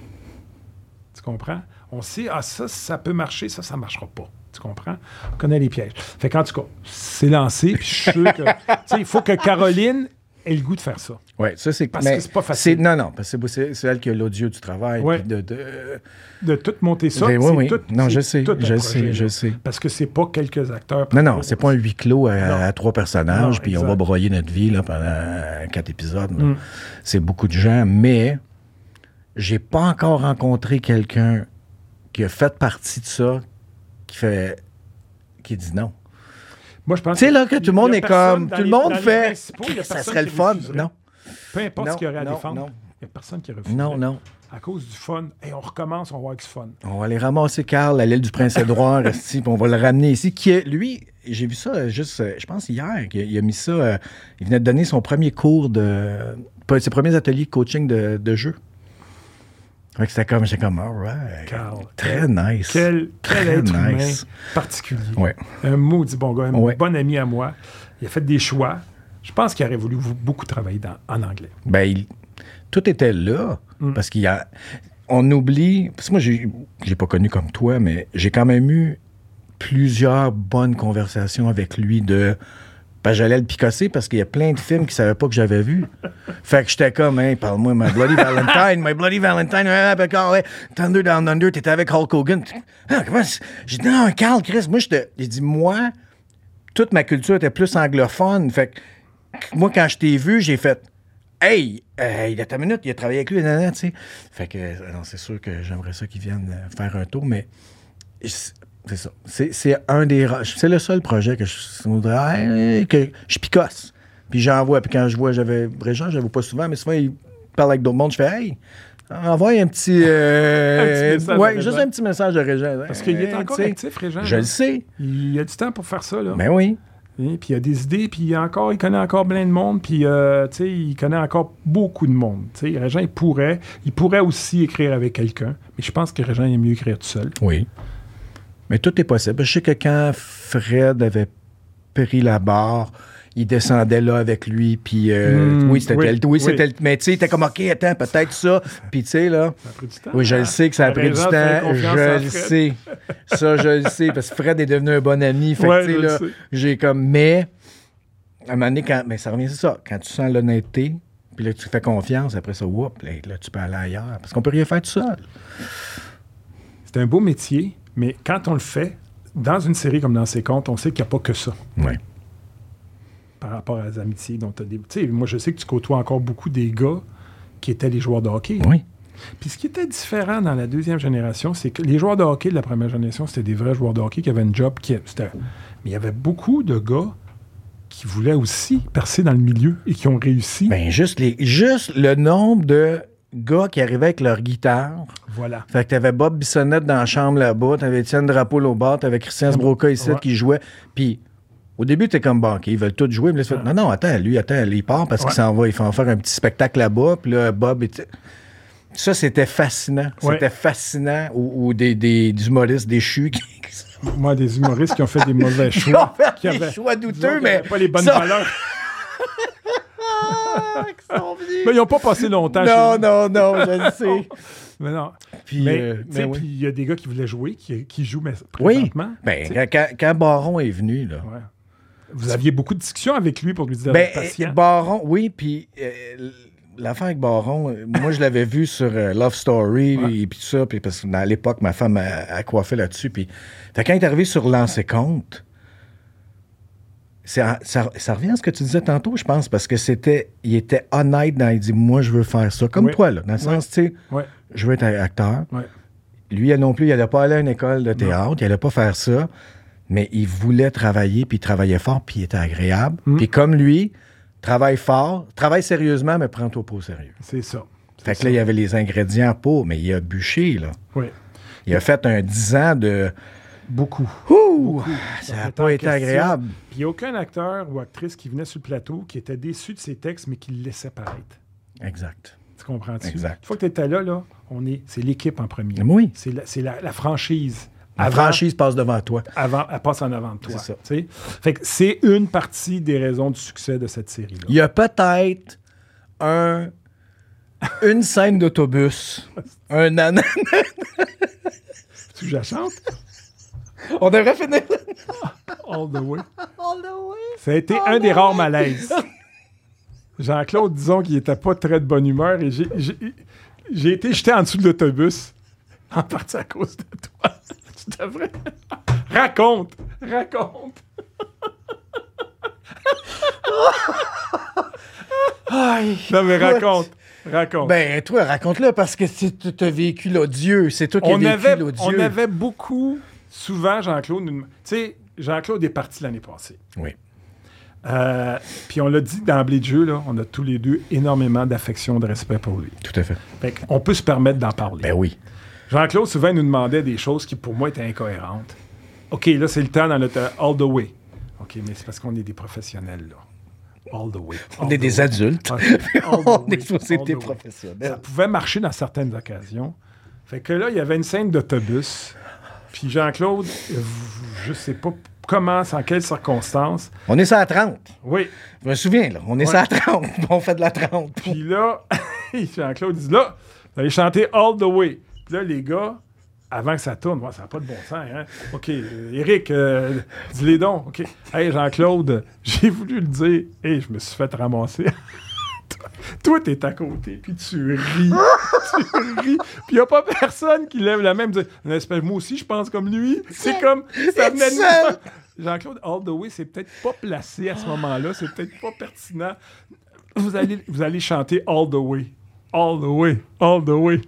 Tu comprends? On sait, ah, ça, ça peut marcher, ça, ça ne marchera pas. Tu comprends? On connaît les pièges. Fait qu'en tout cas, c'est lancé, puis je suis sûr que... Tu sais, il faut que Caroline ait le goût de faire ça. Oui, ça, c'est... Parce mais que c'est pas facile. C'est, non, non, parce que c'est, c'est elle qui a l'odieux du travail. Ouais. De, de... de tout monter ça. Mais, oui, oui. Tout, non, je sais, tout je projet, sais, je sais. Parce que c'est pas quelques acteurs. Non, non, c'est pas un huis clos à, à trois personnages, non, puis exact. on va broyer notre vie là, pendant quatre épisodes. Mm. C'est beaucoup de gens, mais j'ai pas encore rencontré quelqu'un qui a fait partie de ça, qui fait... qui dit non. Moi, je pense tu sais, là, que tout le monde est comme... Tout le monde les, fait... Ça serait le fun. Non. Peu importe non, ce qu'il y aurait à non, défendre, non. il n'y a personne qui refuserait. Non, non. À cause du fun. Et hey, on recommence, on va avoir du fun. On va aller ramasser Carl à l'île du Prince-Édouard, puis on va le ramener ici. Qui est, lui, j'ai vu ça juste, je pense, hier, qu'il a mis ça... Euh, il venait de donner son premier cours de... ses premiers ateliers de coaching de, de jeu. Fait que c'était comme, j'étais comme, all right. Carl. Très nice. Quel, très quel être nice. humain particulier. Ouais. Un maudit bon gars, un ouais. bon ami à moi. Il a fait des choix. Je pense qu'il aurait voulu beaucoup travailler dans, en anglais. Ben, il, tout était là. Mm. Parce qu'il y a... On oublie... Parce que moi, j'ai, j'ai pas connu comme toi, mais j'ai quand même eu plusieurs bonnes conversations avec lui de... Ben, j'allais le picasser parce qu'il y a plein de films qu'il savait pas que j'avais vus. Fait que j'étais comme, hey, parle-moi, My Bloody Valentine, My Bloody Valentine, ouais, Thunder Down Under, t'étais avec Hulk Hogan. Ah, comment j'ai dit, non, Carl, Chris, moi, j'étais... J'ai dit, moi, toute ma culture était plus anglophone. Fait que moi, quand je t'ai vu, j'ai fait, hey, euh, il y a ta minute, il a travaillé avec lui, tu sais. Fait que, non, c'est sûr que j'aimerais ça qu'il vienne faire un tour, mais... C'est ça. C'est, c'est un des... C'est le seul projet que je voudrais... que je picosse. Puis j'envoie. Puis quand je vois... j'avais Régent, je ne vois pas souvent, mais souvent, il parle avec d'autres mondes. Je fais « Hey, envoie un petit... Euh, un petit message ouais, juste un petit message de Régent. » Parce qu'il est encore hey, actif, Régent. Je là. le sais. Il a du temps pour faire ça, là. Ben oui. Et, puis il a des idées, puis il, encore, il connaît encore plein de monde, puis euh, tu sais, il connaît encore beaucoup de monde. Tu sais, Régent, il pourrait... Il pourrait aussi écrire avec quelqu'un, mais je pense que Régent, il aime mieux écrire tout seul. Oui. Mais tout est possible. Je sais que quand Fred avait pris la barre, il descendait là avec lui, puis euh, mmh, oui, c'était oui, le, oui, c'était oui. Le, mais tu sais, il était comme, OK, attends, peut-être ça. Puis tu sais, là, ça a pris du temps, oui, je hein? le sais que ça a pris du temps. Je le sais. Ça, je le sais, parce que Fred est devenu un bon ami. Fait ouais, que, tu sais, là, j'ai comme, mais, à un moment donné, quand, mais ça revient, c'est ça, quand tu sens l'honnêteté, puis là, tu fais confiance, après ça, whoop, là, là, tu peux aller ailleurs, parce qu'on peut rien faire tout seul. C'est un beau métier. Mais quand on le fait, dans une série comme dans Ses comptes, on sait qu'il n'y a pas que ça. Oui. Par rapport à les amitiés dont tu as des... Tu sais, moi, je sais que tu côtoies encore beaucoup des gars qui étaient les joueurs de hockey. Oui. Puis ce qui était différent dans la deuxième génération, c'est que les joueurs de hockey de la première génération, c'était des vrais joueurs de hockey qui avaient une job. Qui... C'était... Mais il y avait beaucoup de gars qui voulaient aussi percer dans le milieu et qui ont réussi. Ben, juste, les, juste le nombre de gars qui arrivaient avec leur guitare. Voilà. Fait que t'avais Bob Bissonnette dans la chambre là-bas, t'avais Étienne Drapeau au bar, t'avais Christian Sbroca ici Ouais. qui jouait. Puis au début, t'es comme, bon, OK, ils veulent tous jouer. Mais là, tu fais, Ouais. non, non, attends, lui, attends, il part parce Ouais. qu'il s'en va, il va en faire un petit spectacle là-bas. Puis là, Bob était... Ça, c'était fascinant. Ouais. C'était fascinant. Ou, ou des, des, des humoristes déchus qui... Moi, des humoristes qui ont fait des mauvais qui choix. ont fait qui des avaient- choix disons douteux, qu'ils mais... avaient pas les bonnes ça- valeurs. qui sont venus. Mais ils n'ont pas passé longtemps chez Non, nous. non, non, je le sais. Mais non. Puis, mais euh, tu sais, mais oui. puis il y a des gars qui voulaient jouer, qui, qui jouent mais Oui. présentement. Ben, tu sais. quand, quand Baron est venu, là... Ouais. Vous aviez beaucoup de discussions avec lui pour lui dire Ben, d'être patient. Baron, oui, puis euh, l'affaire avec Baron, euh, moi, je l'avais vu sur euh, Love Story Ouais. et puis tout ça, puis parce que à l'époque, ma femme a, a coiffé là-dessus. Puis fait, quand il est arrivé sur Lancer Compte, c'est à- ça, ça revient à ce que tu disais tantôt, je pense, parce que c'était, il était honnête dans, il dit, moi, je veux faire ça, comme Oui. toi, là, dans le sens, tu sais, Ouais, je veux être acteur. ouais. Lui, elle non plus, il n'allait pas aller à une école de théâtre, il n'allait pas faire ça, mais il voulait travailler, puis il travaillait fort, puis il était agréable. Mm. Puis comme lui, travaille fort, travaille sérieusement, mais prends-toi pas au sérieux. C'est ça. C'est Fait que ça. là, il y avait les ingrédients pour, mais il a bûché, là. Oui. Il a fait un dix ans de... Beaucoup. Ouh! Ça Ça n'a fait pas en été question. agréable. Puis il n'y a aucun acteur ou actrice qui venait sur le plateau qui était déçu de ses textes, mais qui le laissait paraître. Exact. Tu comprends-tu? Exact. Une fois que tu étais là, là, on est, c'est l'équipe en premier. Oui. C'est la, c'est la, la franchise. La Avant- franchise passe devant toi. Avant, elle passe en avant de toi. C'est ça. tu sais. Fait que c'est une partie des raisons du succès de cette série-là. Il y a peut-être un... une scène d'autobus, un ananas. Tu que je la chante? On devrait finir. All the way. All the way. Ça a été un des rares malaises. Jean-Claude, disons qu'il était pas très de bonne humeur et j'ai, j'ai, j'ai été jeté en dessous de l'autobus en partie à cause de toi. Tu devrais... Raconte! Raconte! Aïe. Non, mais raconte! Raconte! Ben, toi, raconte-le parce que tu as vécu l'odieux. C'est toi qui as on, vécu avait, l'odieux. on avait beaucoup, souvent, Jean-Claude... nous- Tu sais, Jean-Claude est parti l'année passée. Oui. Euh, Puis on l'a dit d'emblée de jeu, là, on a tous les deux énormément d'affection, de respect pour lui. Tout à fait. Fait on peut se permettre d'en parler. Ben oui. Jean-Claude, souvent, nous demandait des choses qui, pour moi, étaient incohérentes. OK, là, c'est le temps dans notre all the way. OK, mais c'est parce qu'on est des professionnels, là. All the way. On All est the des way. adultes. OK, all the On way, est supposé all être the way. professionnels. Ça pouvait marcher dans certaines occasions. Fait que là, il y avait une scène d'autobus. Puis Jean-Claude, euh, je sais pas comment, en quelles circonstances. On est ça à trente. Oui. Je me souviens, là. On est Ouais. ça à trente. On fait de la trente. Puis là, Jean-Claude dit là, vous allez chanter All the Way. Puis là, les gars, avant que ça tourne, ouais, ça n'a pas de bon sens. Hein? OK, euh, Éric, euh, dis-les donc. OK. Hey, Jean-Claude, j'ai voulu le dire. Et je me suis fait ramasser. Toi- Toi, t'es à côté, puis tu ris. tu ris. Puis il n'y a pas personne qui lève la main et me dit une espèce, moi aussi, je pense comme lui. C'est comme. Ça venait de seul. nous. Jean-Claude, All the Way, c'est peut-être pas placé à ce moment-là. C'est peut-être pas pertinent. Vous allez, vous allez chanter All the Way. All the Way. All the Way.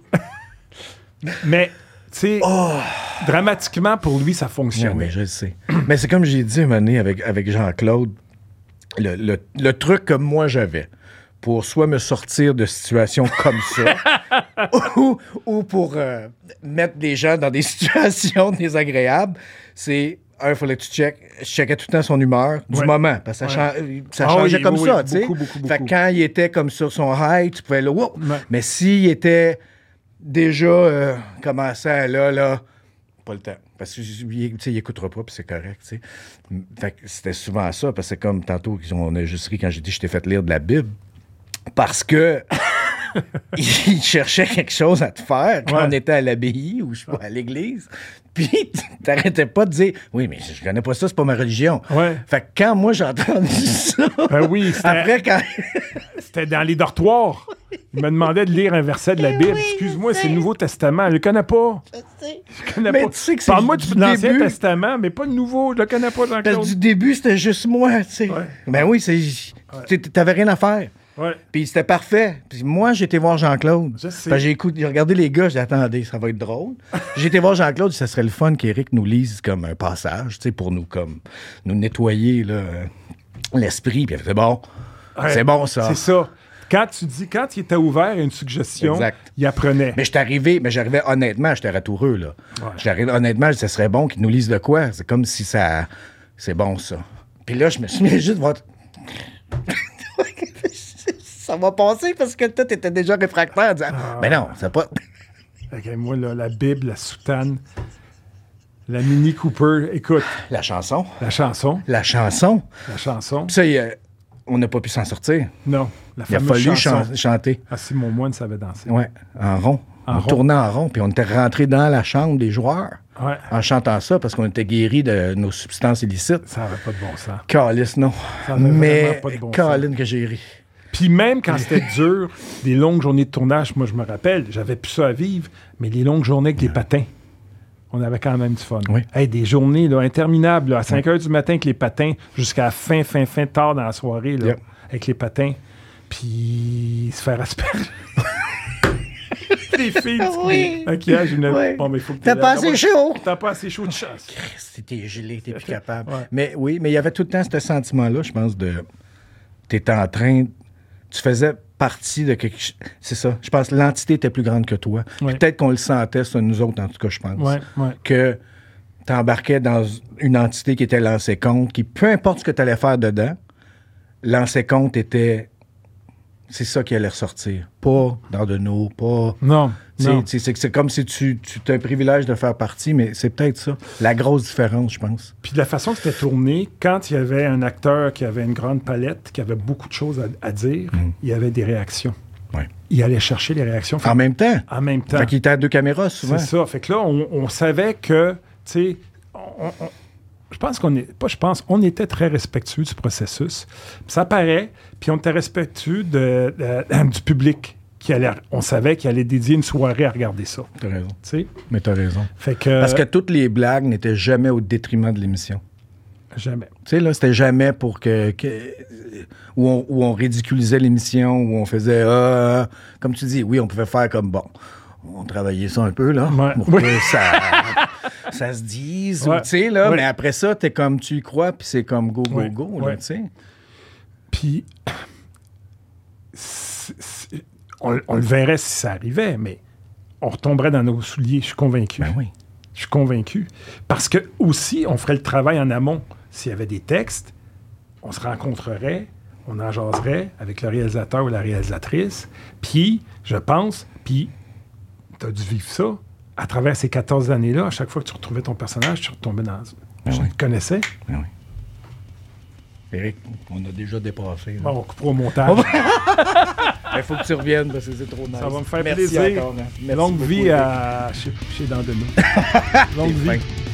Mais, tu sais, dramatiquement, pour lui, ça Oui, fonctionne. oui, je le sais. Mais c'est comme j'ai dit un moment donné avec, avec Jean-Claude, le, le, le truc que moi j'avais pour soit me sortir de situations comme ça, ou, ou pour euh, mettre des gens dans des situations désagréables, c'est, un, il fallait que tu checkes. Je checkais tout le temps son humeur du Ouais. moment, parce que ça, Ouais. chan- ça Ah changeait oui, comme oui, ça, oui, tu sais. beaucoup, beaucoup, Fait que beaucoup. quand il était comme sur son high, tu pouvais le... Wow! Ouais. Mais s'il était déjà euh, commencé à là, là, pas le temps. Parce qu'il n'écoutera pas, puis c'est correct, tu sais. Fait que c'était souvent ça, parce que c'est comme tantôt, on a juste ri quand j'ai dit je t'ai fait lire de la Bible. Parce que il cherchait quelque chose à te faire quand Ouais. on était à l'abbaye ou je sais pas, à l'église. Puis t'arrêtais pas de dire oui, mais je connais pas ça, c'est pas ma religion. Ouais. Fait que quand moi j'ai entendu ça, Ben oui, c'était, après quand. c'était dans les dortoirs. Il me demandait de lire un verset de la Bible. Excuse-moi, c'est le Nouveau Testament. Je le connais pas. Je connais Mais pas. tu sais que c'est Parle-moi du de l'Ancien début. Testament, mais pas le Nouveau. Je le connais pas, Parce Jean-Claude. que du début, c'était juste moi, tu sais. Ouais. Ben oui, c'est. tu- T'avais rien à faire. Ouais. Puis c'était parfait. Puis moi, j'ai été voir Jean-Claude. Je sais. Fait que j'ai, écouté, j'ai regardé les gars, j'ai dit, attendez, ça va être drôle. J'ai été voir Jean-Claude, ça serait le fun qu'Éric nous lise comme un passage, tu sais, pour nous, comme, nous nettoyer, là. l'esprit, puis elle faisait bon. Ouais, c'est bon, ça. C'est ça. Quand tu dis, quand il était ouvert à une suggestion, Exact. il apprenait. Mais j'étais arrivé, mais j'arrivais honnêtement, j'étais ratoureux, là. Ouais. J'arrivais honnêtement, ça serait bon qu'ils nous lisent de quoi. C'est comme si ça. C'est bon, ça. Puis là, je me suis mis juste voir. Ça va passer parce que toi, t'étais déjà réfractaire en disant ah. Ben non, c'est pas. Ok, moi, là, la Bible, la soutane, la Mini Cooper, écoute. La chanson. La chanson. La chanson. La chanson. Puis ça, il, euh, on n'a pas pu s'en sortir. Non, la Il a fameuse fallu chanson. chan- chanter. Ah, si mon moine savait danser. Ouais, en rond. En on rond. tournait en rond, puis on était rentré dans la chambre des joueurs Ouais. en chantant ça parce qu'on était guéris de nos substances illicites. Ça n'avait pas de bon sens. Calice, non. Ça avait Mais vraiment pas de bon Caline que j'ai ri. Puis même quand c'était dur, des longues journées de tournage, moi je me rappelle, j'avais plus ça à vivre, mais les longues journées avec les patins, on avait quand même du fun. Oui. Hey, des journées là, interminables, là, à cinq heures du matin avec les patins, jusqu'à la fin, fin, fin, tard dans la soirée, là, Yep. avec les patins, puis se faire asperger. Les filles, tu Oui. maquillage, une... Oui. Bon, mais il faut que T'as t'aies pas la- assez chaud. T'as pas assez chaud de chasse. Si t'es gelé, t'es plus capable. Ouais. Mais oui, mais il y avait tout le temps ce sentiment-là, je pense, de. T'étais en train. Tu faisais partie de quelque chose. C'est ça. Je pense que l'entité était plus grande que toi. Puis Ouais. peut-être qu'on le sentait, ça, nous autres, en tout cas, je pense. Ouais, ouais. Que t'embarquais dans une entité qui était lancée compte, qui, peu importe ce que t'allais faire dedans, lancée compte était. C'est ça qui allait ressortir. Pas dans de nous, pas. Non, Tu sais, non. tu sais, C'est, c'est comme si tu, tu as un privilège de faire partie, mais c'est peut-être ça. La grosse différence, je pense. Puis de la façon que c'était tourné, quand il y avait un acteur qui avait une grande palette, qui avait beaucoup de choses à, à dire, il y avait des réactions. Ouais. Il allait chercher les réactions. Fait- En même temps. en même temps. Fait qu'il était à deux caméras, souvent. C'est ça. Fait que là, on, on savait que, tu sais, on- on- je pense qu'on est, pas je pense, on était très respectueux du processus. Puis ça paraît, puis on était respectueux de, de- du public qui allait, on savait qu'il allait dédier une soirée à regarder ça. T'as raison. Tu sais? Mais t'as raison. Fait que. Parce que toutes les blagues n'étaient jamais au détriment de l'émission. Jamais. Tu sais, là, c'était jamais pour que... que- où, on, où on ridiculisait l'émission, où on faisait... Ah, ah. Comme tu dis, oui, on pouvait faire comme... Bon, on travaillait ça un peu, là, Ouais. pour Oui. que ça, ça se dise, ou, Ouais. tu sais, là. Ouais. Mais après ça, t'es comme, tu y crois, puis c'est comme go, go, Ouais. go, là, Ouais. tu sais. Puis, c'est- c'est- on, on le verrait si ça arrivait, mais on retomberait dans nos souliers, je suis convaincu. Ben oui. Je suis convaincu. Parce que aussi, on ferait le travail en amont. S'il y avait des textes, on se rencontrerait, on en jaserait avec le réalisateur ou la réalisatrice. Puis, je pense, puis tu as dû vivre ça, à travers ces quatorze années-là, à chaque fois que tu retrouvais ton personnage, tu retombais dans... Ben je oui. te connaissais. Ben oui. Éric, on a déjà dépassé. là. Bon, on coupera au montage. Il faut que tu reviennes parce que c'est trop nice. Ça va me faire Merci plaisir. encore, hein. Merci Longue beaucoup, vie Éric. à chez, chez Dandenault. Longue T'es vie. fin.